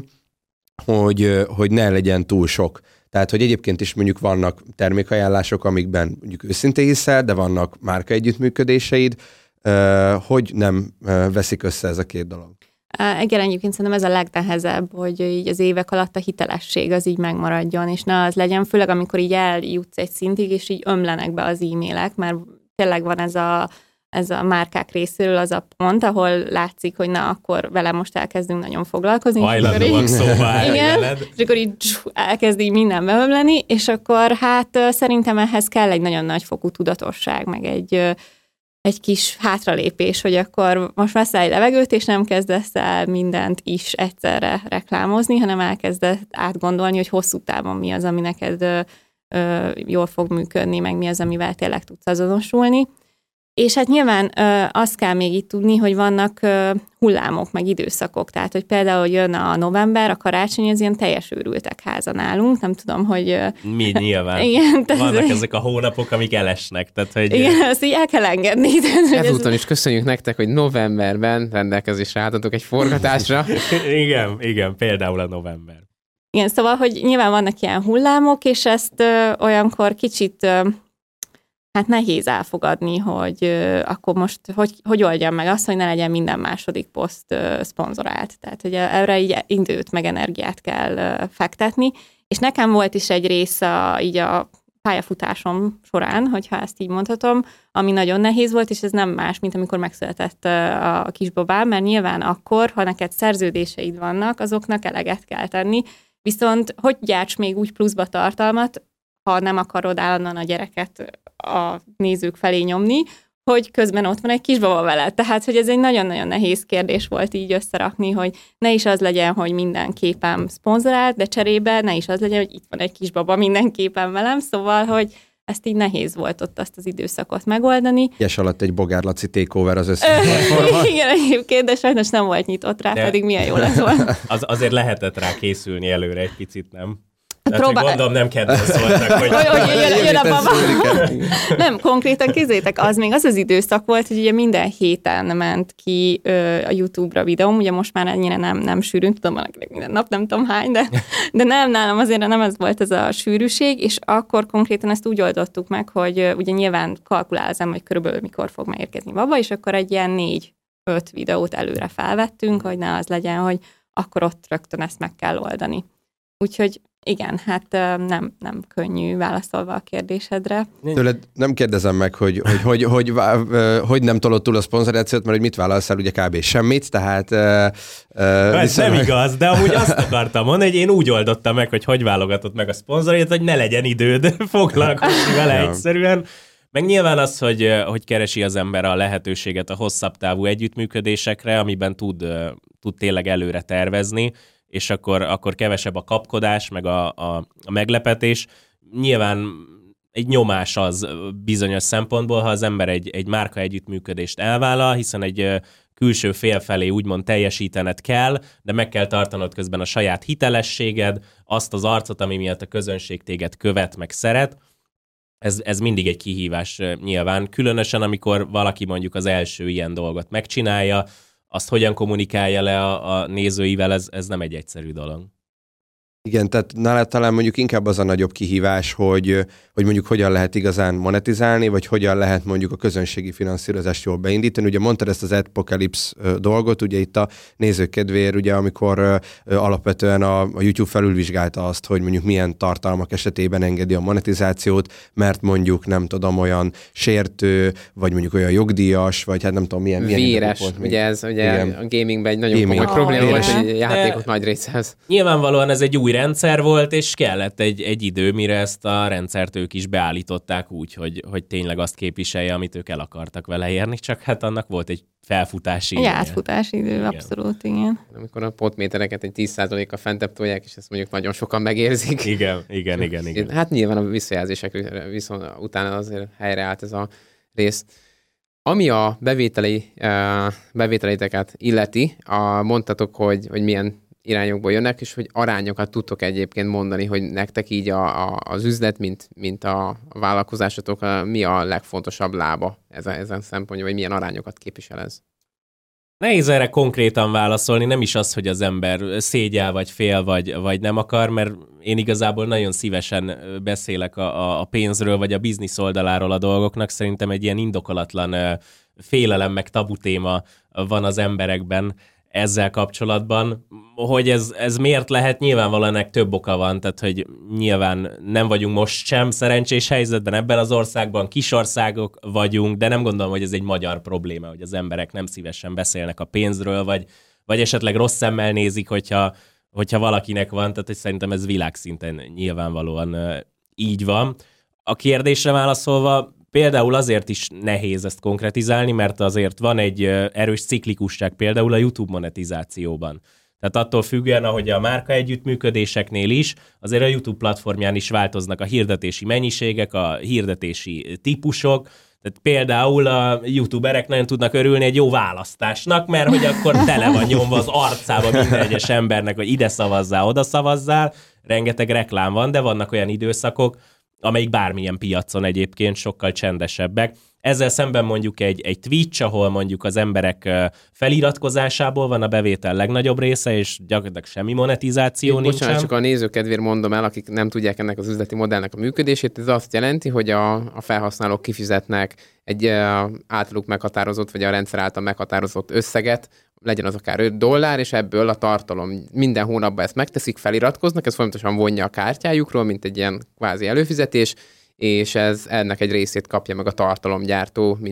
Speaker 2: hogy ne legyen túl sok. Tehát, hogy egyébként is mondjuk vannak termékajánlások, amikben mondjuk őszintén hiszel, de vannak márka együttműködéseid, hogy nem veszik össze ez a két dolog?
Speaker 4: Igen, egyébként szerintem ez a legnehezebb, hogy így az évek alatt a hitelesség az így megmaradjon, és ne az legyen, főleg amikor így eljutsz egy szintig, és így ömlenek be az e-mailek, mert tényleg van ez a márkák részéről az a pont, ahol látszik, hogy na, akkor vele most elkezdünk nagyon foglalkozni.
Speaker 3: Hajlandóak szóval.
Speaker 4: Igen, és akkor így elkezd így minden beömleni, és akkor hát szerintem ehhez kell egy nagyon nagy fokú tudatosság, meg egy kis hátralépés, hogy akkor most veszel egy levegőt, és nem kezdesz el mindent is egyszerre reklámozni, hanem elkezded átgondolni, hogy hosszú távon mi az, ami neked jól fog működni, meg mi az, amivel tényleg tudsz azonosulni. És hát nyilván azt kell még itt tudni, hogy vannak hullámok, meg időszakok. Tehát, hogy például jön a november, a karácsony, az ilyen teljes őrültek háza nálunk. Nem tudom, hogy...
Speaker 3: Mi nyilván.
Speaker 4: Igen,
Speaker 3: vannak ezek a hónapok, amik elesnek. Tehát, hogy...
Speaker 4: Igen, azt így el kell engedni.
Speaker 1: Ezúton is köszönjük nektek, hogy novemberben rendelkezésre álltatok egy forgatásra.
Speaker 3: igen, például a november.
Speaker 4: Igen, szóval, hogy nyilván vannak ilyen hullámok, és ezt olyankor kicsit... Hát nehéz elfogadni, hogy akkor most hogy oldjam meg azt, hogy ne legyen minden második poszt szponzorált. Tehát, hogy erre így időt meg energiát kell fektetni. És nekem volt is egy rész így a pályafutásom során, hogyha ezt így mondhatom, ami nagyon nehéz volt, és ez nem más, mint amikor megszületett a kisbabám, mert nyilván akkor, ha neked szerződéseid vannak, azoknak eleget kell tenni. Viszont hogy gyárts még úgy pluszba tartalmat, ha nem akarod állandóan a gyereket a nézők felé nyomni, hogy közben ott van egy kisbaba vele. Tehát, hogy ez egy nagyon-nagyon nehéz kérdés volt így összerakni, hogy ne is az legyen, hogy minden képem szponzorált, de cserébe ne is az legyen, hogy itt van egy kisbaba minden képen velem, szóval, hogy ezt így nehéz volt ott azt az időszakot megoldani.
Speaker 2: Ilyes alatt egy Bogár Laci takeover az összes.
Speaker 4: Igen, egyébként, de sajnos nem volt nyitott rá, pedig milyen jó lett volna.
Speaker 3: Azért lehetett rá készülni előre egy picit, nem? Tehát, gondolom, nem kedvelszoltak, hogy
Speaker 4: jön a baba. Nem, konkrétan kézzétek, az még az az időszak volt, hogy ugye minden héten ment ki a YouTube-ra videóm, ugye most már ennyire nem sűrűn, tudom, valakinek minden nap, nem tudom hány, de nem, nálam azért nem ez volt ez a sűrűség, és akkor konkrétan ezt úgy oldottuk meg, hogy ugye nyilván kalkulálzom, hogy körülbelül mikor fog megérkezni baba, és akkor egy ilyen 4-5 videót előre felvettünk, hogy ne az legyen, hogy akkor ott rögtön ezt meg kell oldani. Úgyhogy igen, hát nem könnyű válaszolva a kérdésedre.
Speaker 2: Tőled nem kérdezem meg, hogy nem tolod túl a szponzorációt, mert hogy mit válasz el, ugye kb. Semmit, tehát...
Speaker 3: Ez nem igaz, de amúgy azt akartam mondani, hogy én úgy oldottam meg, hogy válogatott meg a szponzorét, hogy ne legyen időd foglalkozni vele egyszerűen. Meg nyilván az, hogy keresi az ember a lehetőséget a hosszabb távú együttműködésekre, amiben tud tényleg előre tervezni, és akkor kevesebb a kapkodás, meg a meglepetés. Nyilván egy nyomás az bizonyos szempontból, ha az ember egy márka együttműködést elvállal, hiszen egy külső fél felé úgymond teljesítened kell, de meg kell tartanod közben a saját hitelességed, azt az arcot, ami miatt a közönség téged követ, meg szeret. Ez mindig egy kihívás nyilván, különösen amikor valaki mondjuk az első ilyen dolgot megcsinálja, azt hogyan kommunikálja le a nézőivel, ez nem egy egyszerű dolog.
Speaker 2: Igen, tehát nálad talán mondjuk inkább az a nagyobb kihívás, hogy mondjuk hogyan lehet igazán monetizálni, vagy hogyan lehet mondjuk a közönségi finanszírozást jól beindítani. Ugye mondtad ezt az Adpocalypse dolgot, ugye itt a nézők kedvéért, ugye amikor alapvetően a YouTube felülvizsgálta azt, hogy mondjuk milyen tartalmak esetében engedi a monetizációt, mert mondjuk nem tudom, olyan sértő, vagy mondjuk olyan jogdíjas, vagy hát nem tudom, milyen
Speaker 1: véres, ugye ez ugye a gamingben egy nagyon komoly probléma volt, hogy játékok nagy részhez.
Speaker 3: Nyilvánvalóan ez egy új rendszer volt, és kellett egy idő, mire ezt a rendszert ők is beállították úgy, hogy tényleg azt képviselje, amit ők el akartak vele érni, csak hát annak volt egy felfutási idő.
Speaker 4: Átfutási idő, igen. Abszolút, igen.
Speaker 1: Amikor a potmétereket egy 10%-a fentebb tolják, és ezt mondjuk nagyon sokan megérzik.
Speaker 3: Igen.
Speaker 1: Hát nyilván a visszajelzések viszont utána azért helyreállt ez a rész. Ami a bevételeiteket illeti, mondtatok, hogy milyen irányokból jönnek, és hogy arányokat tudtok egyébként mondani, hogy nektek így az üzlet, mint a vállalkozásotok, mi a legfontosabb lába ezen szempontja, vagy milyen arányokat képvisel ez?
Speaker 3: Nehéz erre konkrétan válaszolni, nem is az, hogy az ember szégyel, vagy fél, vagy nem akar, mert én igazából nagyon szívesen beszélek a pénzről, vagy a biznisz oldaláról a dolgoknak. Szerintem egy ilyen indokolatlan félelem, meg tabu téma van az emberekben ezzel kapcsolatban. Hogy ez miért lehet, nyilvánvalóan ennek több oka van, tehát hogy nyilván nem vagyunk most sem szerencsés helyzetben ebben az országban, kis országok vagyunk, de nem gondolom, hogy ez egy magyar probléma, hogy az emberek nem szívesen beszélnek a pénzről, vagy esetleg rossz szemmel nézik, hogyha valakinek van, tehát hogy szerintem ez világszinten nyilvánvalóan így van. A kérdésre válaszolva, például azért is nehéz ezt konkretizálni, mert azért van egy erős ciklikusság például a YouTube monetizációban. Tehát attól függően, ahogy a márka együttműködéseknél is, azért a YouTube platformján is változnak a hirdetési mennyiségek, a hirdetési típusok. Tehát például a youtuberek nagyon tudnak örülni egy jó választásnak, mert hogy akkor tele van nyomva az arcába minden egyes embernek, hogy ide szavazzál, oda szavazzál. Rengeteg reklám van, de vannak olyan időszakok, amelyik bármilyen piacon egyébként sokkal csendesebbek. Ezzel szemben mondjuk egy Twitch, ahol mondjuk az emberek feliratkozásából van a bevétel legnagyobb része, és gyakorlatilag semmi monetizáció nincsen.
Speaker 1: Bocsánat, csak a nézők kedvéért mondom el, akik nem tudják ennek az üzleti modellnek a működését, ez azt jelenti, hogy a felhasználók kifizetnek egy általuk meghatározott, vagy a rendszer által meghatározott összeget, legyen az akár $5, és ebből a tartalom minden hónapban ezt megteszik, feliratkoznak, ez folyamatosan vonja a kártyájukról, mint egy ilyen kvázi előfizetés, és ennek egy részét kapja meg a tartalomgyártó, mint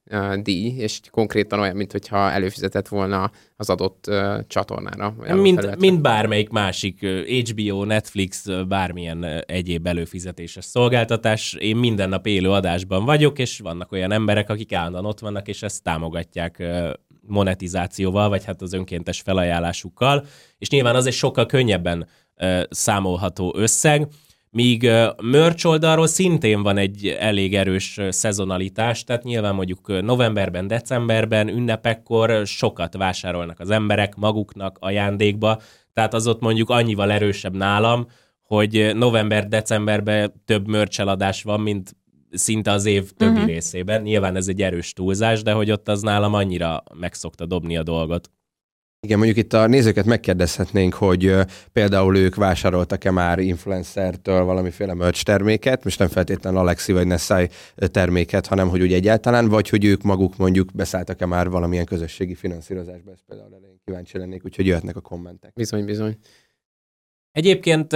Speaker 1: díj, és konkrétan olyan, mint hogyha előfizetett volna az adott csatornára.
Speaker 3: Mint bármelyik másik HBO, Netflix, bármilyen egyéb előfizetéses szolgáltatás. Én minden nap élő adásban vagyok, és vannak olyan emberek, akik állandóan ott vannak, és ezt támogatják monetizációval, vagy hát az önkéntes felajánlásukkal, és nyilván az egy sokkal könnyebben számolható összeg, míg merch oldalról szintén van egy elég erős szezonalitás, tehát nyilván mondjuk novemberben, decemberben, ünnepekkor sokat vásárolnak az emberek maguknak ajándékba, tehát az ott mondjuk annyival erősebb nálam, hogy november-decemberben több merch eladás van, mint szinte az év többi részében. Nyilván ez egy erős túlzás, de hogy ott az nálam annyira meg szokta dobni a dolgot.
Speaker 2: Igen, mondjuk itt a nézőket megkérdezhetnénk, hogy például ők vásároltak-e már influencertől valamiféle merch terméket, most nem feltétlenül Alexi vagy Nessai terméket, hanem hogy úgy egyáltalán, vagy hogy ők maguk mondjuk beszálltak-e már valamilyen közösségi finanszírozásba, ezt például elég kíváncsi lennék, úgyhogy jöhetnek a kommentek.
Speaker 1: Bizony.
Speaker 3: Egyébként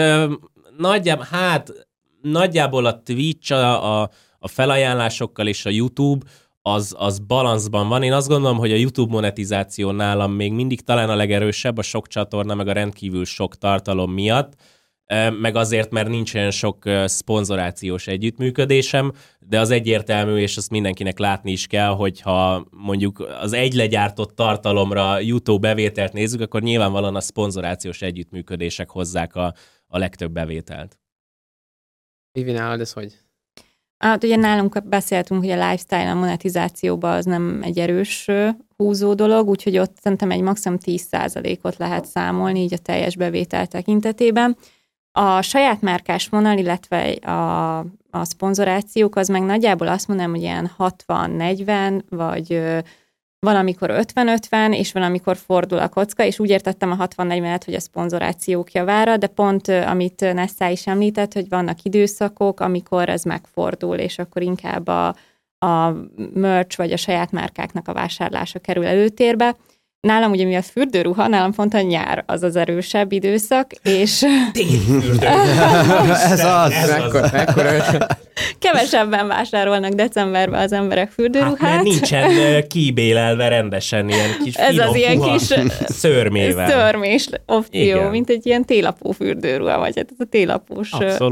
Speaker 3: nagyjából a Twitch a felajánlásokkal és a YouTube az balanszban van. Én azt gondolom, hogy a YouTube monetizáció nálam még mindig talán a legerősebb, a sok csatorna, meg a rendkívül sok tartalom miatt, meg azért, mert nincs olyan sok szponzorációs együttműködésem, de az egyértelmű, és azt mindenkinek látni is kell, hogyha mondjuk az egy legyártott tartalomra YouTube bevételt nézzük, akkor nyilvánvalóan a szponzorációs együttműködések hozzák a legtöbb bevételt.
Speaker 1: Vivi, nálad ez hogy?
Speaker 4: Hát ugye nálunk beszéltünk, hogy a lifestyle a monetizációban az nem egy erős húzó dolog, úgyhogy ott szerintem egy maximum 10%-ot lehet számolni így a teljes bevétel tekintetében. A saját márkás vonal, illetve a szponzorációk, az meg nagyjából azt mondanám, hogy ilyen 60-40, vagy valamikor 50-50, és valamikor fordul a kocka, és úgy értettem a 60-40-et, hogy a szponzorációk javára, de pont, amit Nessa is említett, hogy vannak időszakok, amikor ez megfordul, és akkor inkább a merch vagy a saját márkáknak a vásárlása kerül előtérbe. Nálam ugye mi a fürdőruha, nálam pont a nyár az az erősebb időszak, és...
Speaker 2: Ez az!
Speaker 4: Kevesebben vásárolnak decemberben az emberek fürdőruhát.
Speaker 3: Hát mert nincsen kibélelve rendesen ilyen kis
Speaker 4: ez az ilyen kis
Speaker 3: szörmével.
Speaker 4: Szörmés opció, igen. Mint egy ilyen télapó fürdőruha, vagy hát ez a télapós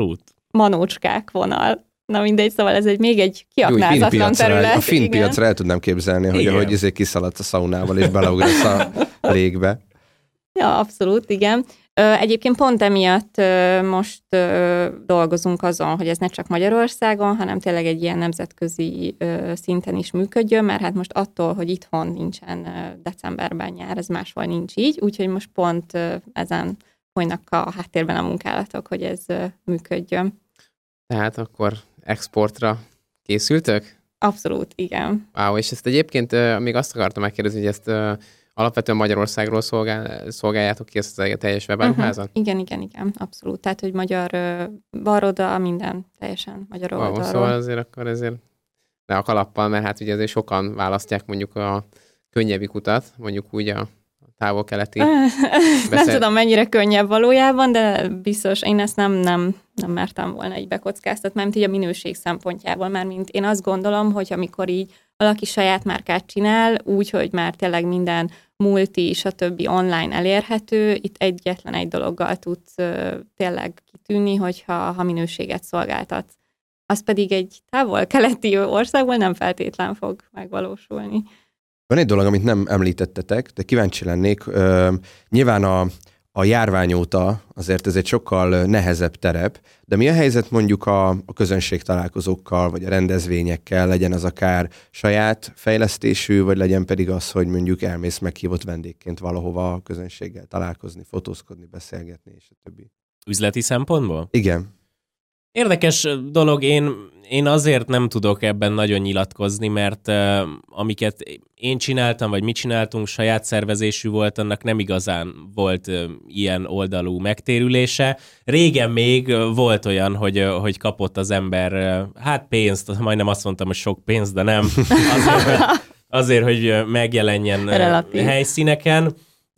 Speaker 4: manócskák vonal. Na mindegy, szóval ez még egy kiaknázatlan terület.
Speaker 2: A finn piacra el tudnám képzelni, hogy kiszaladsz a szaunával és beleugrasz a légbe.
Speaker 4: Ja, abszolút, igen. Egyébként pont emiatt most dolgozunk azon, hogy ez ne csak Magyarországon, hanem tényleg egy ilyen nemzetközi szinten is működjön, mert hát most attól, hogy itthon nincsen decemberben nyár, ez máshol nincs így, úgyhogy most pont ezen folynak a háttérben a munkálatok, hogy ez működjön.
Speaker 1: Tehát akkor exportra készültök? Abszolút,
Speaker 4: igen.
Speaker 1: Wow, és ezt egyébként még azt akartam megkérdezni, hogy ezt alapvetően Magyarországról szolgáljátok ki ezt a teljes webáruházat?
Speaker 4: Igen, abszolút. Tehát, hogy magyar baroda, minden teljesen magyar oldalról.
Speaker 1: Szóval azért akkor ezért le a kalappal, mert hát ugye azért sokan választják mondjuk a könnyebbik utat, mondjuk úgy a távol-keleti.
Speaker 4: Nem tudom, mennyire könnyebb valójában, de biztos én ezt nem mertem volna így bekockáztatni, mert így a minőség szempontjából, mert mint én azt gondolom, hogy amikor így valaki saját márkát csinál, úgy, hogy már tényleg minden multi, stb. Online elérhető, itt egyetlen egy dologgal tudsz tényleg kitűnni, hogyha minőséget szolgáltatsz. Az pedig egy távol-keleti országból nem feltétlen fog megvalósulni.
Speaker 2: Van egy dolog, amit nem említettetek, de kíváncsi lennék. Nyilván a járvány óta azért ez egy sokkal nehezebb terep, de mi a helyzet mondjuk a közönség találkozókkal, vagy a rendezvényekkel, legyen az akár saját fejlesztésű, vagy legyen pedig az, hogy mondjuk elmész meghívott vendégként valahova a közönséggel találkozni, fotózkodni, beszélgetni, és a többi.
Speaker 3: Üzleti szempontból?
Speaker 2: Igen.
Speaker 3: Érdekes dolog, én azért nem tudok ebben nagyon nyilatkozni, mert amiket én csináltam, vagy mi csináltunk, saját szervezésű volt, annak nem igazán volt ilyen oldalú megtérülése. Régen még volt olyan, hogy kapott az ember, pénzt, majdnem azt mondtam, hogy sok pénzt, de nem. Azért, hogy megjelenjen helyszíneken.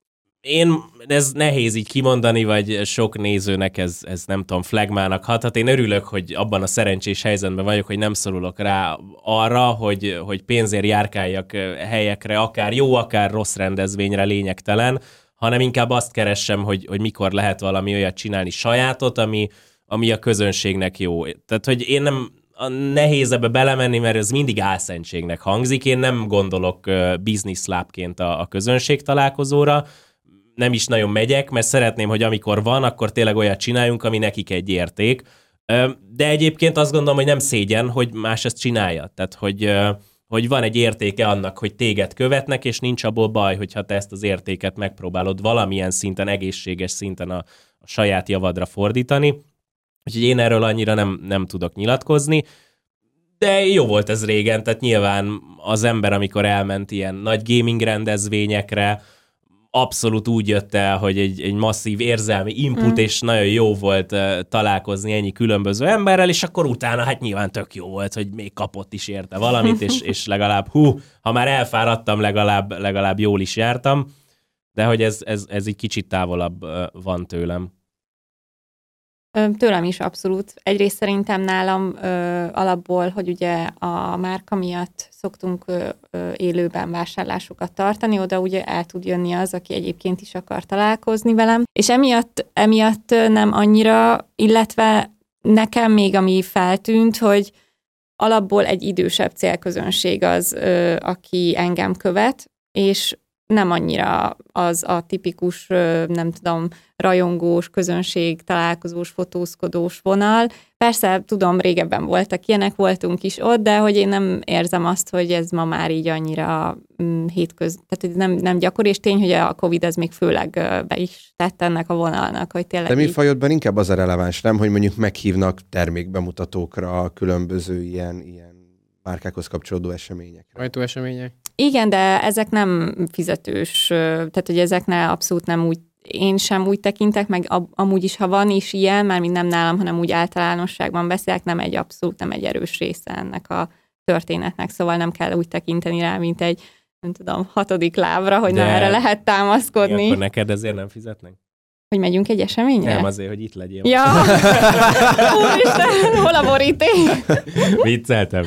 Speaker 3: ez nehéz így kimondani, vagy sok nézőnek ez nem tudom, flagmának hathat. Én örülök, hogy abban a szerencsés helyzetben vagyok, hogy nem szorulok rá arra, hogy pénzért járkáljak helyekre, akár jó, akár rossz rendezvényre, lényegtelen, hanem inkább azt keressem, hogy mikor lehet valami olyat csinálni sajátot, ami a közönségnek jó. Tehát, hogy én nem nehéz ebbe belemenni, mert ez mindig álszentségnek hangzik. Én nem gondolok bizniszlábként a közönség találkozóra, nem is nagyon megyek, mert szeretném, hogy amikor van, akkor tényleg olyat csináljunk, ami nekik egy érték. De egyébként azt gondolom, hogy nem szégyen, hogy más ezt csinálja. Tehát, hogy van egy értéke annak, hogy téged követnek, és nincs abból baj, hogyha te ezt az értéket megpróbálod valamilyen szinten, egészséges szinten a saját javadra fordítani. Úgyhogy én erről annyira nem tudok nyilatkozni, de jó volt ez régen, tehát nyilván az ember, amikor elment ilyen nagy gaming rendezvényekre, abszolút úgy jött el, hogy egy masszív érzelmi input, és nagyon jó volt találkozni ennyi különböző emberrel, és akkor utána hát nyilván tök jó volt, hogy még kapott is érte valamit, és legalább ha már elfáradtam, legalább jól is jártam, de hogy ez így kicsit távolabb van tőlem.
Speaker 4: Tőlem is abszolút. Egyrészt szerintem nálam alapból, hogy ugye a márka miatt szoktunk élőben vásárlásokat tartani, oda ugye el tud jönni az, aki egyébként is akar találkozni velem, és emiatt nem annyira, illetve nekem még ami feltűnt, hogy alapból egy idősebb célközönség az, aki engem követ, és nem annyira az a tipikus, nem tudom, rajongós, közönség, találkozós, fotózkodós vonal. Persze, tudom, régebben voltak ilyenek, voltunk is ott, de hogy én nem érzem azt, hogy ez ma már így annyira tehát nem gyakori, és tény, hogy a Covid ez még főleg be is tett ennek a vonalnak, hogy tényleg...
Speaker 2: De mi fajodban inkább az a releváns, nem, hogy mondjuk meghívnak termékbemutatókra, különböző ilyen márkákhoz kapcsolódó eseményekre.
Speaker 1: Sajtóesemények?
Speaker 4: Igen, de ezek nem fizetős, tehát hogy ezeknél abszolút nem úgy, én sem úgy tekintek, meg amúgy is, ha van is ilyen, már mind nem nálam, hanem úgy általánosságban beszélek, abszolút nem egy erős része ennek a történetnek, szóval nem kell úgy tekinteni rá, mint egy, nem tudom, 6. lábra, hogy nem erre lehet támaszkodni.
Speaker 3: Akkor neked ezért nem fizetnek?
Speaker 4: Hogy megyünk egy eseményre?
Speaker 3: Nem, azért, hogy itt legyél.
Speaker 4: Ja! Úristen, hol a boríték?
Speaker 3: Vicceltem.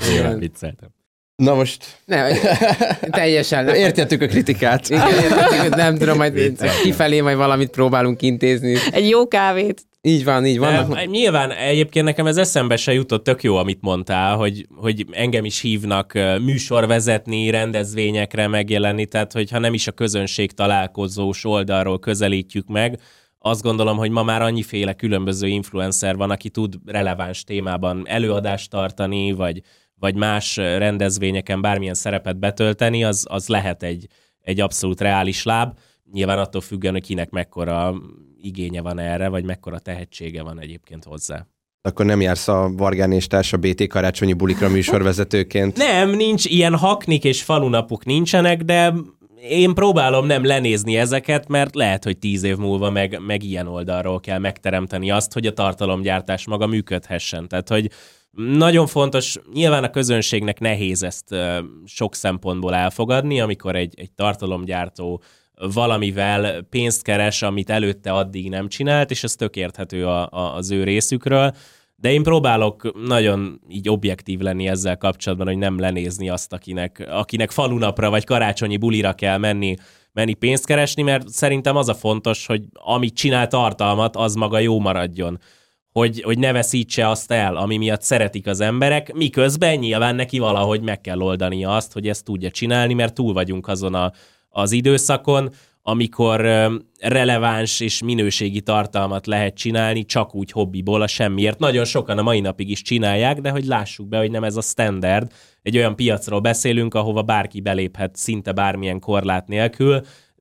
Speaker 2: Na most...
Speaker 1: Teljesen.
Speaker 2: Értettük a kritikát.
Speaker 1: Igen, értettük, nem tudom, majd kifelé majd valamit próbálunk intézni.
Speaker 4: Egy jó kávét.
Speaker 1: Így van.
Speaker 3: Nyilván egyébként nekem ez eszembe se jutott, tök jó, amit mondtál, hogy engem is hívnak műsorvezetni, rendezvényekre megjelenni, tehát hogyha nem is a közönség találkozós oldalról közelítjük meg, azt gondolom, hogy ma már annyiféle különböző influencer van, aki tud releváns témában előadást tartani, vagy más rendezvényeken bármilyen szerepet betölteni, az lehet egy abszolút reális láb. Nyilván attól függően, hogy kinek mekkora igénye van erre, vagy mekkora tehetsége van egyébként hozzá.
Speaker 2: Akkor nem jársz a Vargán és társa BT karácsonyi bulikra műsorvezetőként?
Speaker 3: Nem, nincs ilyen haknik és falunapok nincsenek, de én próbálom nem lenézni ezeket, mert lehet, hogy 10 év múlva meg ilyen oldalról kell megteremteni azt, hogy a tartalomgyártás maga működhessen. Tehát, hogy nagyon fontos, nyilván a közönségnek nehéz ezt sok szempontból elfogadni, amikor egy tartalomgyártó valamivel pénzt keres, amit előtte addig nem csinált, és ez tök érthető az ő részükről. De én próbálok nagyon így objektív lenni ezzel kapcsolatban, hogy nem lenézni azt, akinek falunapra vagy karácsonyi bulira kell menni pénzt keresni, mert szerintem az a fontos, hogy amit csinál tartalmat, az maga jó maradjon. Hogy ne veszítse azt el, ami miatt szeretik az emberek, miközben nyilván neki valahogy meg kell oldania azt, hogy ezt tudja csinálni, mert túl vagyunk azon az időszakon, amikor releváns és minőségi tartalmat lehet csinálni, csak úgy hobbiból, a semmiért. Nagyon sokan a mai napig is csinálják, de hogy lássuk be, hogy nem ez a standard. Egy olyan piacról beszélünk, ahova bárki beléphet szinte bármilyen korlát nélkül.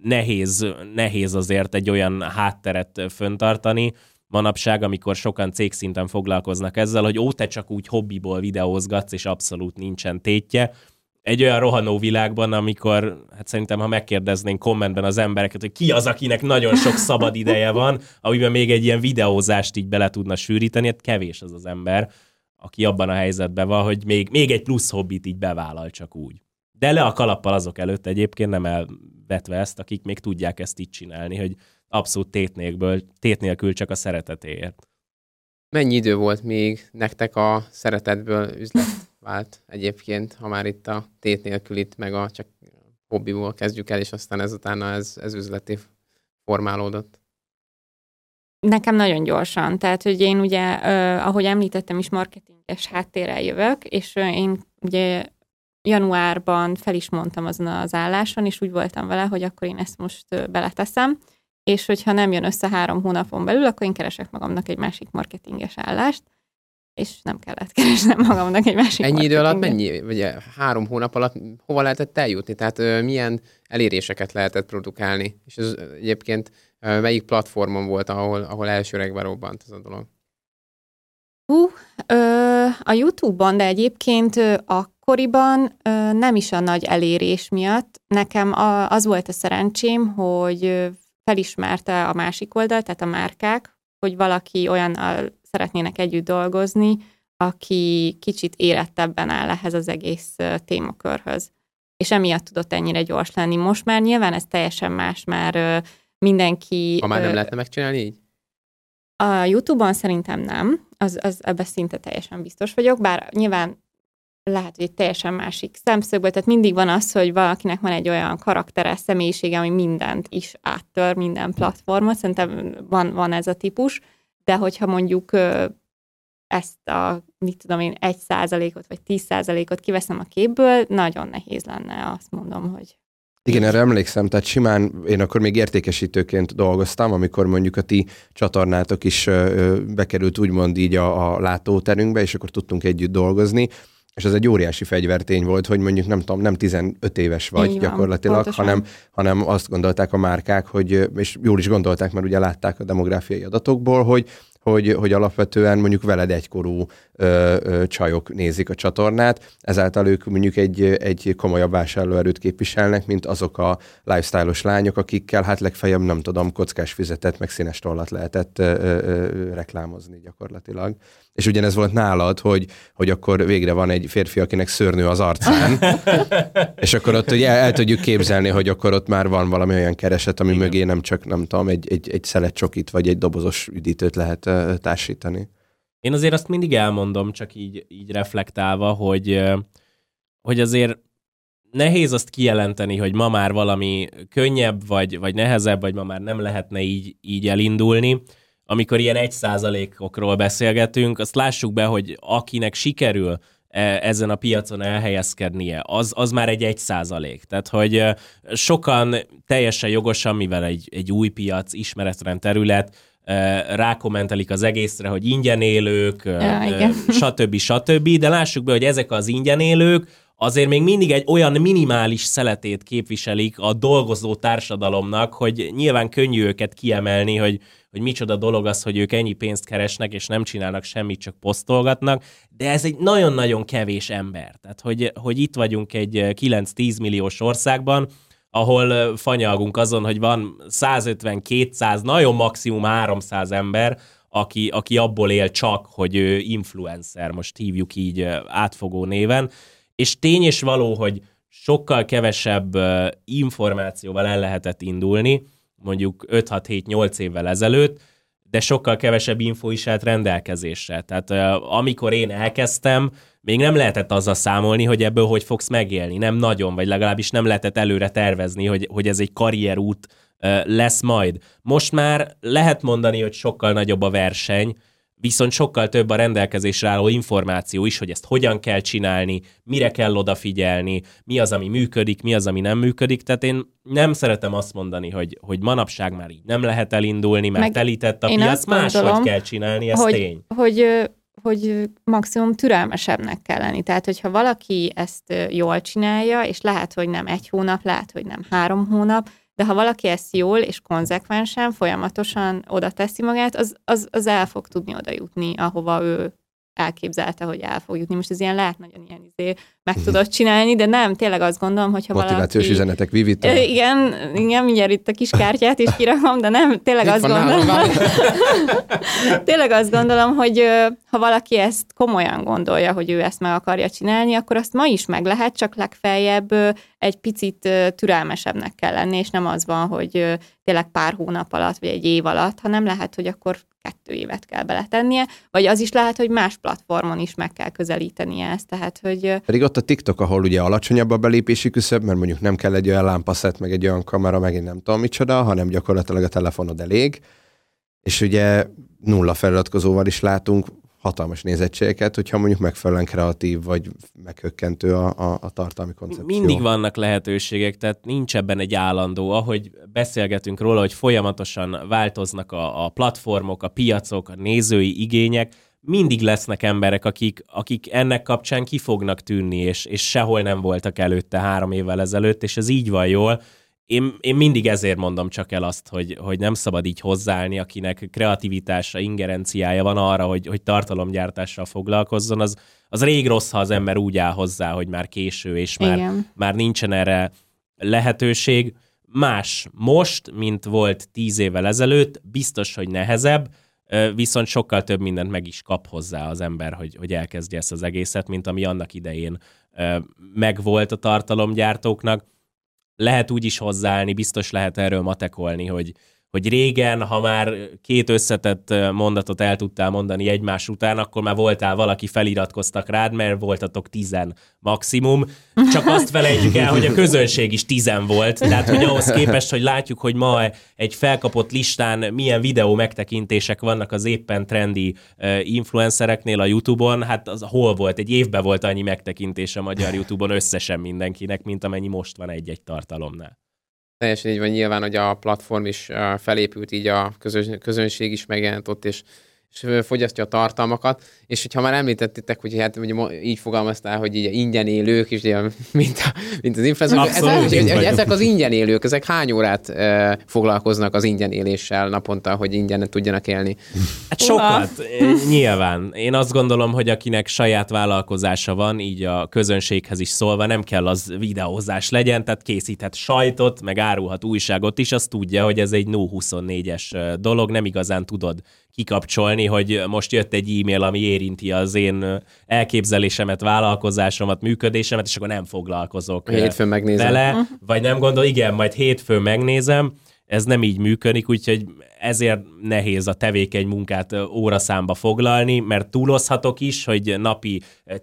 Speaker 3: Nehéz azért egy olyan hátteret föntartani manapság, amikor sokan cégszinten foglalkoznak ezzel, hogy te csak úgy hobbiból videózgatsz, és abszolút nincsen tétje. Egy olyan rohanó világban, amikor, hát szerintem, ha megkérdeznénk kommentben az embereket, hogy ki az, akinek nagyon sok szabad ideje van, amiben még egy ilyen videózást így bele tudna sűríteni, hát kevés az ember, aki abban a helyzetben van, hogy még egy plusz hobbit így bevállal csak úgy. De le a kalappal azok előtt egyébként, nem elvetve ezt, akik még tudják ezt így csinálni, hogy abszolút tét nélkül csak a szeretetéért.
Speaker 1: Mennyi idő volt, még nektek a szeretetből üzlet vált egyébként, ha már itt a tét nélkül itt, meg a csak hobbiból kezdjük el, és aztán ez üzleti formálódott?
Speaker 4: Nekem nagyon gyorsan. Tehát, hogy én ugye, ahogy említettem is, marketinges háttérrel jövök, és én ugye januárban fel is mondtam azon az álláson, és úgy voltam vele, hogy akkor én ezt most beleteszem, és hogyha nem jön össze 3 hónapon belül, akkor én keresek magamnak egy másik marketinges állást, és nem kellett keresnem magamnak egy másik
Speaker 1: Ennyi idő alatt vagy 3 hónap alatt hova lehetett eljutni? Tehát milyen eléréseket lehetett produkálni? És ez egyébként melyik platformon volt, ahol elsőre berobbant ez a dolog?
Speaker 4: A YouTube-on, de egyébként akkoriban nem is a nagy elérés miatt. Nekem az volt a szerencsém, hogy felismerte a másik oldal, tehát a márkák, hogy valaki olyannal szeretnének együtt dolgozni, aki kicsit érettebben áll ehhez az egész témakörhöz. És emiatt tudott ennyire gyors lenni. Most már nyilván ez teljesen más, már mindenki...
Speaker 1: Ha már nem lehetne megcsinálni így?
Speaker 4: A YouTube-on szerintem nem, ebben szinte teljesen biztos vagyok, bár nyilván lehet, hogy egy teljesen másik szemszögből, tehát mindig van az, hogy valakinek van egy olyan karaktere, személyisége, ami mindent is áttör, minden platformot, szerintem van ez a típus, de hogyha mondjuk ezt a, 1%-ot vagy 10%-ot kiveszem a képből, nagyon nehéz lenne, azt mondom, hogy...
Speaker 2: Igen, erre emlékszem, tehát simán én akkor még értékesítőként dolgoztam, amikor mondjuk a ti csatornátok is bekerült úgymond így a látóterünkbe, és akkor tudtunk együtt dolgozni, és ez egy óriási fegyvertény volt, hogy mondjuk nem 15 éves vagy így gyakorlatilag, hanem azt gondolták a márkák, hogy, és jól is gondolták, mert ugye látták a demográfiai adatokból, hogy alapvetően mondjuk veled egykorú csajok nézik a csatornát, ezáltal ők mondjuk egy komolyabb vásárlóerőt képviselnek, mint azok a lifestyle-os lányok, akikkel hát legfeljebb nem tudom, kockás füzetet, meg színes tollat lehetett reklámozni gyakorlatilag. És ugyanez volt nálad, hogy akkor végre van egy férfi, akinek szörnyű az arcán, és akkor ott ugye el tudjuk képzelni, hogy akkor ott már van valami olyan kereset, ami mögé nem csak, nem tudom, egy szelet csokit, vagy egy dobozos üdítőt lehet társítani.
Speaker 3: Én azért azt mindig elmondom, csak így reflektálva, hogy azért nehéz azt kijelenteni, hogy ma már valami könnyebb, vagy nehezebb, vagy ma már nem lehetne így elindulni. Amikor ilyen 1%-okról beszélgetünk, azt lássuk be, hogy akinek sikerül ezen a piacon elhelyezkednie, az már egy 1%. Tehát, hogy sokan teljesen jogosan, mivel egy új piac, ismeretlen terület, rákommentelik az egészre, hogy ingyen élők, stb. De lássuk be, hogy ezek az ingyen élők azért még mindig egy olyan minimális szeletét képviselik a dolgozó társadalomnak, hogy nyilván könnyű őket kiemelni, hogy micsoda dolog az, hogy ők ennyi pénzt keresnek, és nem csinálnak semmit, csak posztolgatnak, de ez egy nagyon-nagyon kevés ember. Tehát, hogy itt vagyunk egy 9-10 milliós országban, ahol fanyalgunk azon, hogy van 150-200, nagyon maximum 300 ember, aki abból él csak, hogy ő influencer, most hívjuk így átfogó néven, és tény és való, hogy sokkal kevesebb információval el lehetett indulni, mondjuk 5-6-7-8 évvel ezelőtt, de sokkal kevesebb info is állt rendelkezésre. Tehát amikor én elkezdtem, még nem lehetett azzal számolni, hogy ebből hogy fogsz megélni. Nem nagyon, vagy legalábbis nem lehetett előre tervezni, hogy ez egy karrierút lesz majd. Most már lehet mondani, hogy sokkal nagyobb a verseny, viszont sokkal több a rendelkezésre álló információ is, hogy ezt hogyan kell csinálni, mire kell odafigyelni, mi az, ami működik, mi az, ami nem működik. Tehát én nem szeretem azt mondani, hogy manapság már így nem lehet elindulni, mert telített a piac, máshogy kell csinálni, ez tény.
Speaker 4: Hogy maximum türelmesebbnek kell lenni. Tehát, hogyha valaki ezt jól csinálja, és lehet, hogy nem 1 hónap, lehet, hogy nem 3 hónap, de ha valaki ezt jól és konzekvensen, folyamatosan oda teszi magát, az el fog tudni oda jutni, ahova ő elképzelte, hogy el fog jutni. Most ez ilyen lehet nagyon ilyen meg tudod csinálni, de nem, tényleg azt gondolom, hogyha
Speaker 2: motivációs üzenetek, Vivita.
Speaker 4: Igen, mindjárt itt a kis kártyát is kirakom, de nem, tényleg azt gondolom. Tényleg azt gondolom, hogy ha valaki ezt komolyan gondolja, hogy ő ezt meg akarja csinálni, akkor azt ma is meg lehet, csak legfeljebb egy picit türelmesebbnek kell lenni, és nem az van, hogy tényleg pár hónap alatt, vagy egy év alatt, hanem lehet, hogy akkor 2 évet kell beletennie, vagy az is lehet, hogy más platformon is meg kell közelítenie ezt, tehát, hogy...
Speaker 2: Pedig ott a TikTok, ahol ugye alacsonyabb a belépési küszöb, mert mondjuk nem kell egy olyan lámpaszett, meg egy olyan kamera, meg én nem tudom micsoda, hanem gyakorlatilag a telefonod elég, és ugye 0 feliratkozóval is látunk hatalmas nézettségeket, hogyha mondjuk megfelelően kreatív, vagy meghökkentő a tartalmi koncepció.
Speaker 3: Mindig vannak lehetőségek, tehát nincs ebben egy állandó, ahogy beszélgetünk róla, hogy folyamatosan változnak a platformok, a piacok, a nézői igények, mindig lesznek emberek, akik ennek kapcsán ki fognak tűnni, és sehol nem voltak előtte 3 évvel ezelőtt, és ez így van jól. Én mindig ezért mondom csak el azt, hogy nem szabad így hozzáállni, akinek kreativitása, ingerenciája van arra, hogy tartalomgyártással foglalkozzon, az rég rossz, ha az ember úgy áll hozzá, hogy már késő, és már nincsen erre lehetőség. Más most, mint volt 10 évvel ezelőtt, biztos, hogy nehezebb, viszont sokkal több mindent meg is kap hozzá az ember, hogy elkezdje ezt az egészet, mint ami annak idején megvolt a tartalomgyártóknak. Lehet úgy is hozzáállni, biztos lehet erről matekolni, hogy régen, ha már 2 összetett mondatot el tudtál mondani egymás után, akkor már voltál valaki, feliratkoztak rád, mert voltatok 10 maximum. Csak azt felejtjük el, hogy a közönség is 10 volt. Tehát, hogy ahhoz képest, hogy látjuk, hogy ma egy felkapott listán milyen videó megtekintések vannak az éppen trendi influencereknél a YouTube-on, hát az hol volt? Egy évben volt annyi megtekintés a magyar YouTube-on összesen mindenkinek, mint amennyi most van egy-egy tartalomnál.
Speaker 1: Teljesen így van, nyilván, hogy a platform is felépült, így a közönség is megjelent ott, és fogyasztja a tartalmakat, és hogyha már említettétek, hogy hát ugye így fogalmaztál, hogy így ingyen élők, és ugye, mint az influencerek, ezek az ingyen élők, ezek hány órát foglalkoznak az ingyen éléssel naponta, hogy ingyen tudjanak élni?
Speaker 3: Hát sokat, nyilván. Én azt gondolom, hogy akinek saját vállalkozása van, így a közönséghez is szólva, nem kell az videózás legyen, tehát készíthet sajtot, meg árulhat újságot is, azt tudja, hogy ez egy No24-es dolog, nem igazán tudod kikapcsolni, hogy most jött egy e-mail, ami érinti az én elképzelésemet, vállalkozásomat, működésemet, és akkor nem foglalkozok
Speaker 1: hétfőn megnézem
Speaker 3: vele, vagy nem igen, majd hétfőn megnézem, ez nem így működik, úgyhogy ezért nehéz a tevékeny munkát óraszámba foglalni, mert túlozhatok is, hogy napi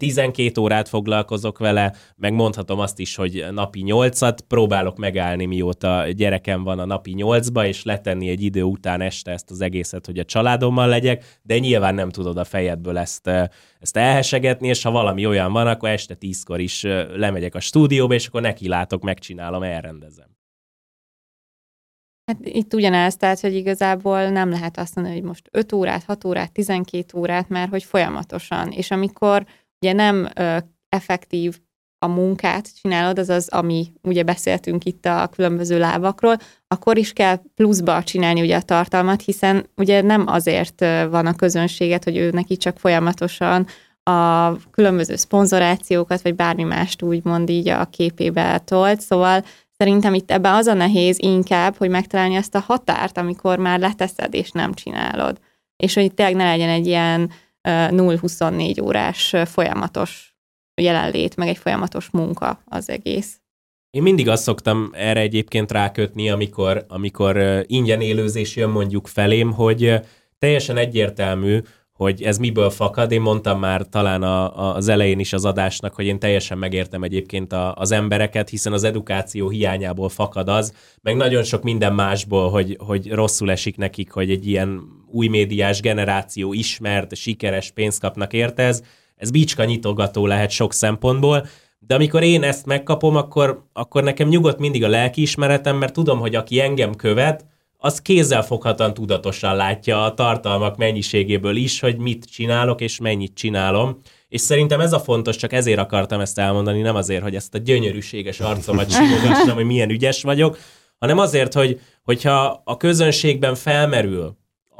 Speaker 3: 12 órát foglalkozok vele, meg mondhatom azt is, hogy napi 8-at, próbálok megállni, mióta gyerekem van a napi 8-ba, és letenni egy idő után este ezt az egészet, hogy a családommal legyek, de nyilván nem tudod a fejedből ezt elhesegetni, és ha valami olyan van, akkor este 10-kor is lemegyek a stúdióba, és akkor nekilátok, megcsinálom, elrendezem.
Speaker 4: Hát itt ugyanez, tehát, hogy igazából nem lehet azt mondani, hogy most 5 órát, 6 órát, 12 órát, mert hogy folyamatosan. És amikor ugye nem effektív a munkát csinálod, azaz, ami ugye beszéltünk itt a különböző lábakról, akkor is kell pluszba csinálni ugye a tartalmat, hiszen ugye nem azért van a közönséget, hogy ő neki csak folyamatosan a különböző szponzorációkat, vagy bármi mást úgymond így a képébe tolt, szóval szerintem itt ebben az a nehéz inkább, hogy megtalálni azt a határt, amikor már leteszed és nem csinálod. És hogy tényleg ne legyen egy ilyen 0-24 órás folyamatos jelenlét, meg egy folyamatos munka az egész.
Speaker 3: Én mindig azt szoktam erre egyébként rákötni, amikor ingyen élőzés jön mondjuk felém, hogy teljesen egyértelmű, hogy ez miből fakad. Én mondtam már talán az elején is az adásnak, hogy én teljesen megértem egyébként az embereket, hiszen az edukáció hiányából fakad az, meg nagyon sok minden másból, hogy rosszul esik nekik, hogy egy ilyen új médiás generáció ismert, sikeres, pénzt kapnak érte. Ez bicska nyitogató lehet sok szempontból, de amikor én ezt megkapom, akkor nekem nyugodt mindig a lelkiismeretem, mert tudom, hogy aki engem követ, az kézzelfoghatóan tudatosan látja a tartalmak mennyiségéből is, hogy mit csinálok és mennyit csinálom. És szerintem ez a fontos, csak ezért akartam ezt elmondani, nem azért, hogy ezt a gyönyörűséges arcomat simogassam, hogy milyen ügyes vagyok, hanem azért, hogyha a közönségben felmerül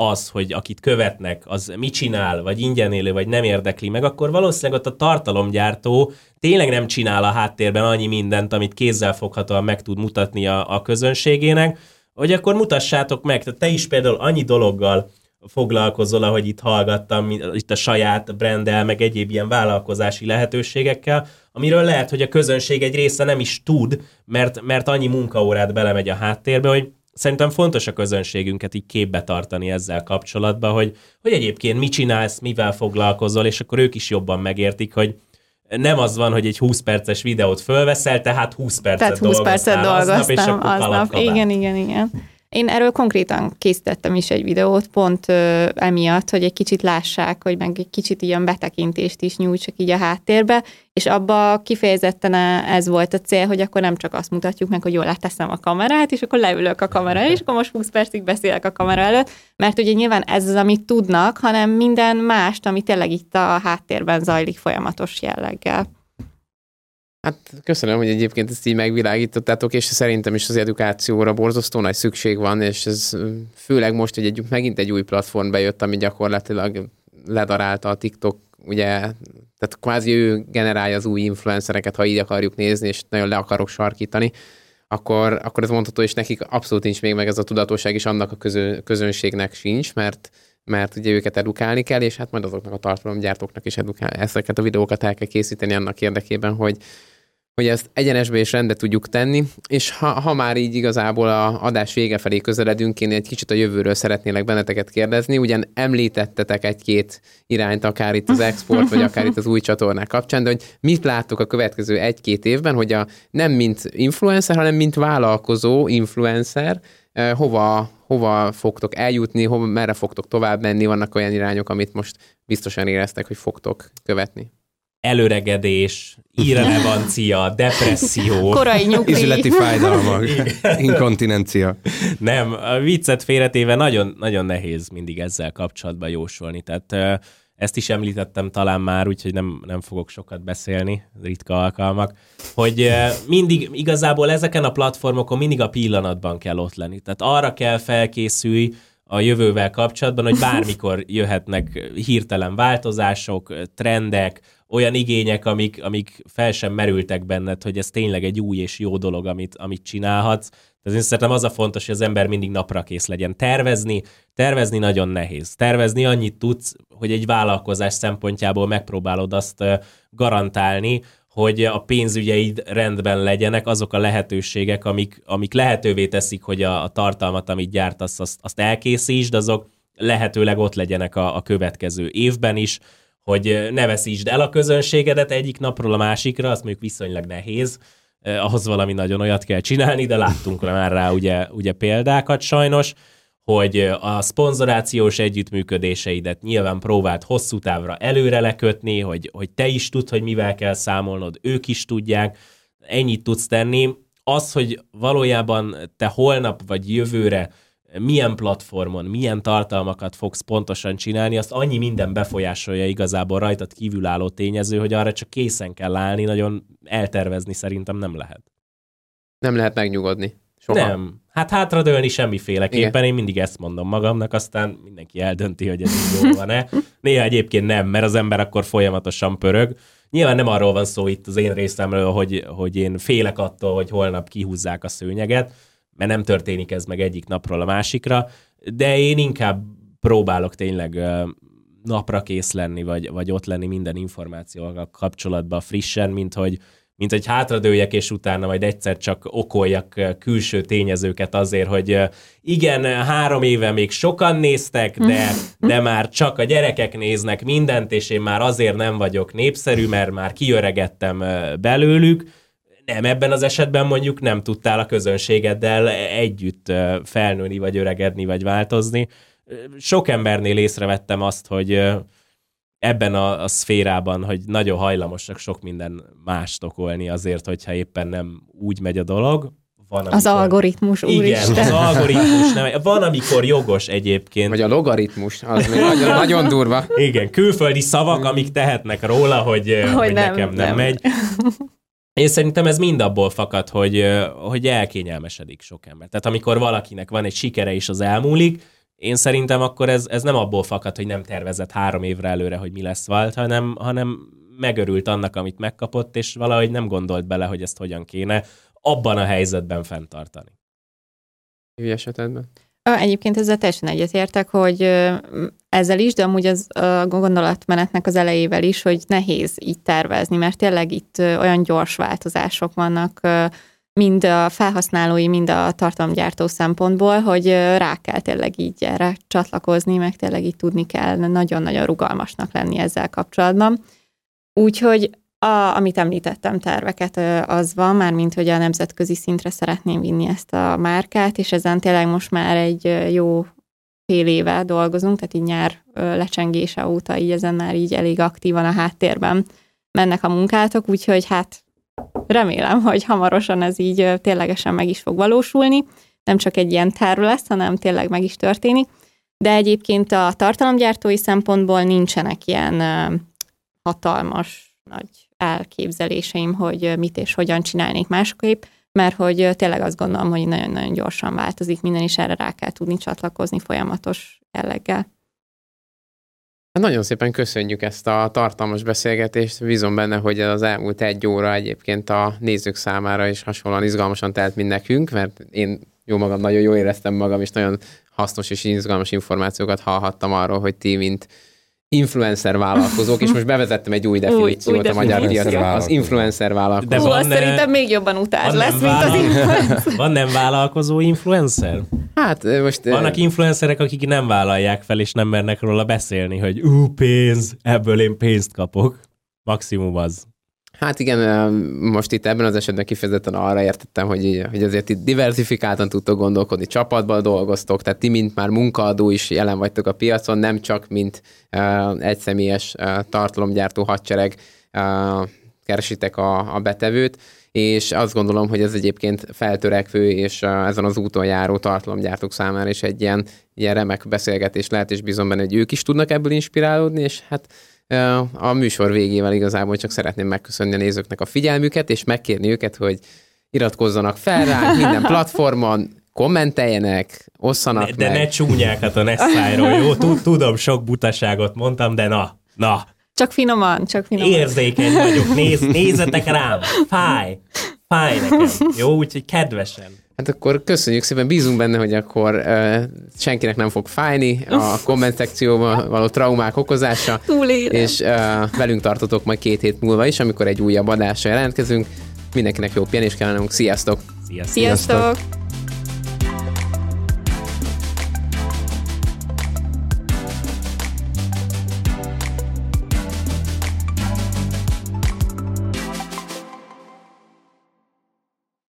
Speaker 3: az, hogy akit követnek, az mit csinál, vagy ingyen élő, vagy nem érdekli meg, akkor valószínűleg ott a tartalomgyártó tényleg nem csinál a háttérben annyi mindent, amit kézzelfoghatóan meg tud mutatni a közönségének, hogy akkor mutassátok meg. Tehát te is például annyi dologgal foglalkozol, ahogy itt hallgattam, itt a saját branddel, meg egyéb ilyen vállalkozási lehetőségekkel, amiről lehet, hogy a közönség egy része nem is tud, mert annyi munkaórát belemegy a háttérbe, hogy szerintem fontos a közönségünket így képbe tartani ezzel kapcsolatban, hogy egyébként mit csinálsz, mivel foglalkozol, és akkor ők is jobban megértik, hogy nem az van, hogy egy 20 perces videót fölveszel, tehát 20 percet dolgoztál aznap, és akkor
Speaker 4: aznap. Igen. Én erről konkrétan készítettem is egy videót, pont emiatt, hogy egy kicsit lássák, hogy meg egy kicsit ilyen betekintést is nyújtsak így a háttérbe, és abba kifejezetten ez volt a cél, hogy akkor nem csak azt mutatjuk meg, hogy jól leteszem a kamerát, és akkor leülök a kamera előtt, és akkor most 20 percig beszélek a kamera előtt, mert ugye nyilván ez az, amit tudnak, hanem minden mást, ami tényleg itt a háttérben zajlik folyamatos jelleggel.
Speaker 1: Hát köszönöm, hogy egyébként ezt így megvilágítottátok, és szerintem is az edukációra borzasztó nagy szükség van, és ez főleg most, hogy megint egy új platform bejött, ami gyakorlatilag ledarálta a TikTok, ugye, tehát kvázi ő generálja az új influencereket, ha így akarjuk nézni, és nagyon le akarok sarkítani, akkor ez mondható, és nekik abszolút nincs még meg ez a tudatosság, és annak a közönségnek sincs, mert ugye őket edukálni kell, és hát majd azoknak a tartalomgyártóknak is ezeket a videókat el kell készíteni annak érdekében, hogy ezt egyenesbe és rendbe tudjuk tenni, és ha már így igazából a adás vége felé közeledünk, én egy kicsit a jövőről szeretnélek benneteket kérdezni, ugyan említettetek egy-két irányt, akár itt az export, vagy akár itt az új csatornák kapcsán, de hogy mit láttok a következő 1-2 évben, hogy nem mint influencer, hanem mint vállalkozó influencer, hova fogtok eljutni, merre fogtok tovább menni, vannak olyan irányok, amit most biztosan éreztek, hogy fogtok követni.
Speaker 3: Előregedés, irrelevancia, depresszió.
Speaker 4: Korai nyugdíj.
Speaker 2: Izületi fájdalmak, inkontinencia.
Speaker 3: Nem, a viccet félretéve nagyon, nagyon nehéz mindig ezzel kapcsolatban jósolni. Tehát ezt is említettem talán már, úgyhogy nem fogok sokat beszélni, ritka alkalmak, hogy mindig igazából ezeken a platformokon mindig a pillanatban kell ott lenni. Tehát arra kell felkészülj a jövővel kapcsolatban, hogy bármikor jöhetnek hirtelen változások, trendek, olyan igények, amik fel sem merültek benned, hogy ez tényleg egy új és jó dolog, amit csinálhatsz. Tehát én szerintem az a fontos, hogy az ember mindig napra kész legyen. Tervezni nagyon nehéz. Tervezni annyit tudsz, hogy egy vállalkozás szempontjából megpróbálod azt garantálni, hogy a pénzügyeid rendben legyenek, azok a lehetőségek, amik lehetővé teszik, hogy a tartalmat, amit gyártasz, azt elkészítsd, azok lehetőleg ott legyenek a következő évben is, hogy ne veszítsd el a közönségedet egyik napról a másikra, azt mondjuk viszonylag nehéz, ahhoz valami nagyon olyat kell csinálni, de láttunk már rá ugye példákat sajnos, hogy a szponzorációs együttműködéseidet nyilván próbáld hosszú távra előre lekötni, hogy te is tudd, hogy mivel kell számolnod, ők is tudják, ennyit tudsz tenni. Az, hogy valójában te holnap vagy jövőre milyen platformon, milyen tartalmakat fogsz pontosan csinálni, azt annyi minden befolyásolja igazából rajtad kívülálló tényező, hogy arra csak készen kell állni, nagyon eltervezni szerintem nem lehet.
Speaker 1: Nem lehet megnyugodni. Soha.
Speaker 3: Nem. Hát hátradőlni semmiféleképpen, igen. Én mindig ezt mondom magamnak, aztán mindenki eldönti, hogy ez így jól van-e. Néha egyébként nem, mert az ember akkor folyamatosan pörög. Nyilván nem arról van szó itt az én részemről, hogy én félek attól, hogy holnap kihúzzák a szőnyeget, mert nem történik ez meg egyik napról a másikra, de én inkább próbálok tényleg napra kész lenni, vagy ott lenni minden információval kapcsolatban frissen, mint hogy hátradőljek, és utána majd egyszer csak okoljak külső tényezőket azért, hogy igen, 3 éve még sokan néztek, de már csak a gyerekek néznek mindent, és én már azért nem vagyok népszerű, mert már kiöregettem belőlük. Nem, ebben az esetben mondjuk nem tudtál a közönségeddel együtt felnőni, vagy öregedni, vagy változni. Sok embernél észrevettem azt, hogy ebben a szférában, hogy nagyon hajlamosak sok minden mást okolni azért, hogyha éppen nem úgy megy a dolog.
Speaker 4: Az algoritmus, úristen.
Speaker 3: Igen, az algoritmus. Van, amikor jogos egyébként.
Speaker 1: Vagy a logaritmus, az még nagyon durva.
Speaker 3: Igen, külföldi szavak, amik tehetnek róla, hogy nekem nem megy. Én szerintem ez mind abból fakad, hogy elkényelmesedik sok ember. Tehát amikor valakinek van egy sikere és az elmúlik, Én szerintem akkor ez nem abból fakad, hogy nem tervezett 3 évre előre, hogy mi lesz Valt, hanem megörült annak, amit megkapott, és valahogy nem gondolt bele, hogy ezt hogyan kéne abban a helyzetben fenntartani.
Speaker 1: Jó esetben.
Speaker 4: Egyébként ezzel teljesen egyetértek, hogy ezzel is, de amúgy az a gondolatmenetnek az elejével is, hogy nehéz így tervezni, mert tényleg itt olyan gyors változások vannak, mind a felhasználói, mind a tartalomgyártó szempontból, hogy rá kell tényleg így erre csatlakozni, meg tényleg így tudni kell nagyon-nagyon rugalmasnak lenni ezzel kapcsolatban. Úgyhogy amit említettem, terveket, az van, mármint hogy a nemzetközi szintre szeretném vinni ezt a márkát, és ezen tényleg most már egy jó fél éve dolgozunk, tehát így nyár lecsengése óta így ezen már így elég aktívan a háttérben mennek a munkátok, úgyhogy hát remélem, hogy hamarosan ez így ténylegesen meg is fog valósulni, nem csak egy ilyen terv lesz, hanem tényleg meg is történik, de egyébként a tartalomgyártói szempontból nincsenek ilyen hatalmas nagy elképzeléseim, hogy mit és hogyan csinálnék másképp, mert hogy tényleg azt gondolom, hogy nagyon-nagyon gyorsan változik minden, és erre rá kell tudni csatlakozni folyamatos jelleggel.
Speaker 1: Nagyon szépen köszönjük ezt a tartalmas beszélgetést. Bízom benne, hogy az elmúlt 1 óra egyébként a nézők számára is hasonlóan izgalmasan telt, mint nekünk, mert én magam nagyon jól éreztem magam, és nagyon hasznos és izgalmas információkat hallhattam arról, hogy ti, mint influencer vállalkozók, és most bevezettem egy új definíciót a magyar piacra, az influencer vállalkozó.
Speaker 4: Azt szerintem még jobban után lesz, mint az influencer.
Speaker 3: Van nem vállalkozó influencer?
Speaker 1: Hát most...
Speaker 3: Vannak influencerek, akik nem vállalják fel, és nem mernek róla beszélni, hogy pénz, ebből én pénzt kapok. Maximum az.
Speaker 1: Hát igen, most itt ebben az esetben kifejezetten arra értettem, hogy azért itt diversifikáltan tudtok gondolkodni, csapatban dolgoztok, tehát ti, mint már munkaadó is jelen vagytok a piacon, nem csak mint egyszemélyes tartalomgyártó hadsereg keresitek a betevőt, és azt gondolom, hogy ez egyébként feltörekvő, és ezen az úton járó tartalomgyártók számára is egy ilyen remek beszélgetés lehet, és bízom benne, hogy ők is tudnak ebből inspirálódni, és hát a műsor végével igazából csak szeretném megköszönni a nézőknek a figyelmüket, és megkérni őket, hogy iratkozzanak fel rá minden platformon, kommenteljenek, osszanak
Speaker 3: de meg. Ne csúnyákat a Nessájról, jó? Tudom, sok butaságot mondtam, de na.
Speaker 4: Csak finoman.
Speaker 3: Érzékeny vagyok, nézzetek rám, fáj nekem, jó? Úgyhogy kedvesen.
Speaker 1: Hát akkor köszönjük szépen, bízunk benne, hogy akkor senkinek nem fog fájni a komment szekcióban való traumák okozása.
Speaker 4: Túlélem.
Speaker 1: És velünk tartotok majd 2 hét múlva is, amikor egy újabb adással jelentkezünk. Mindenkinek jó pihenést kívánunk, sziasztok!
Speaker 3: Sziasztok!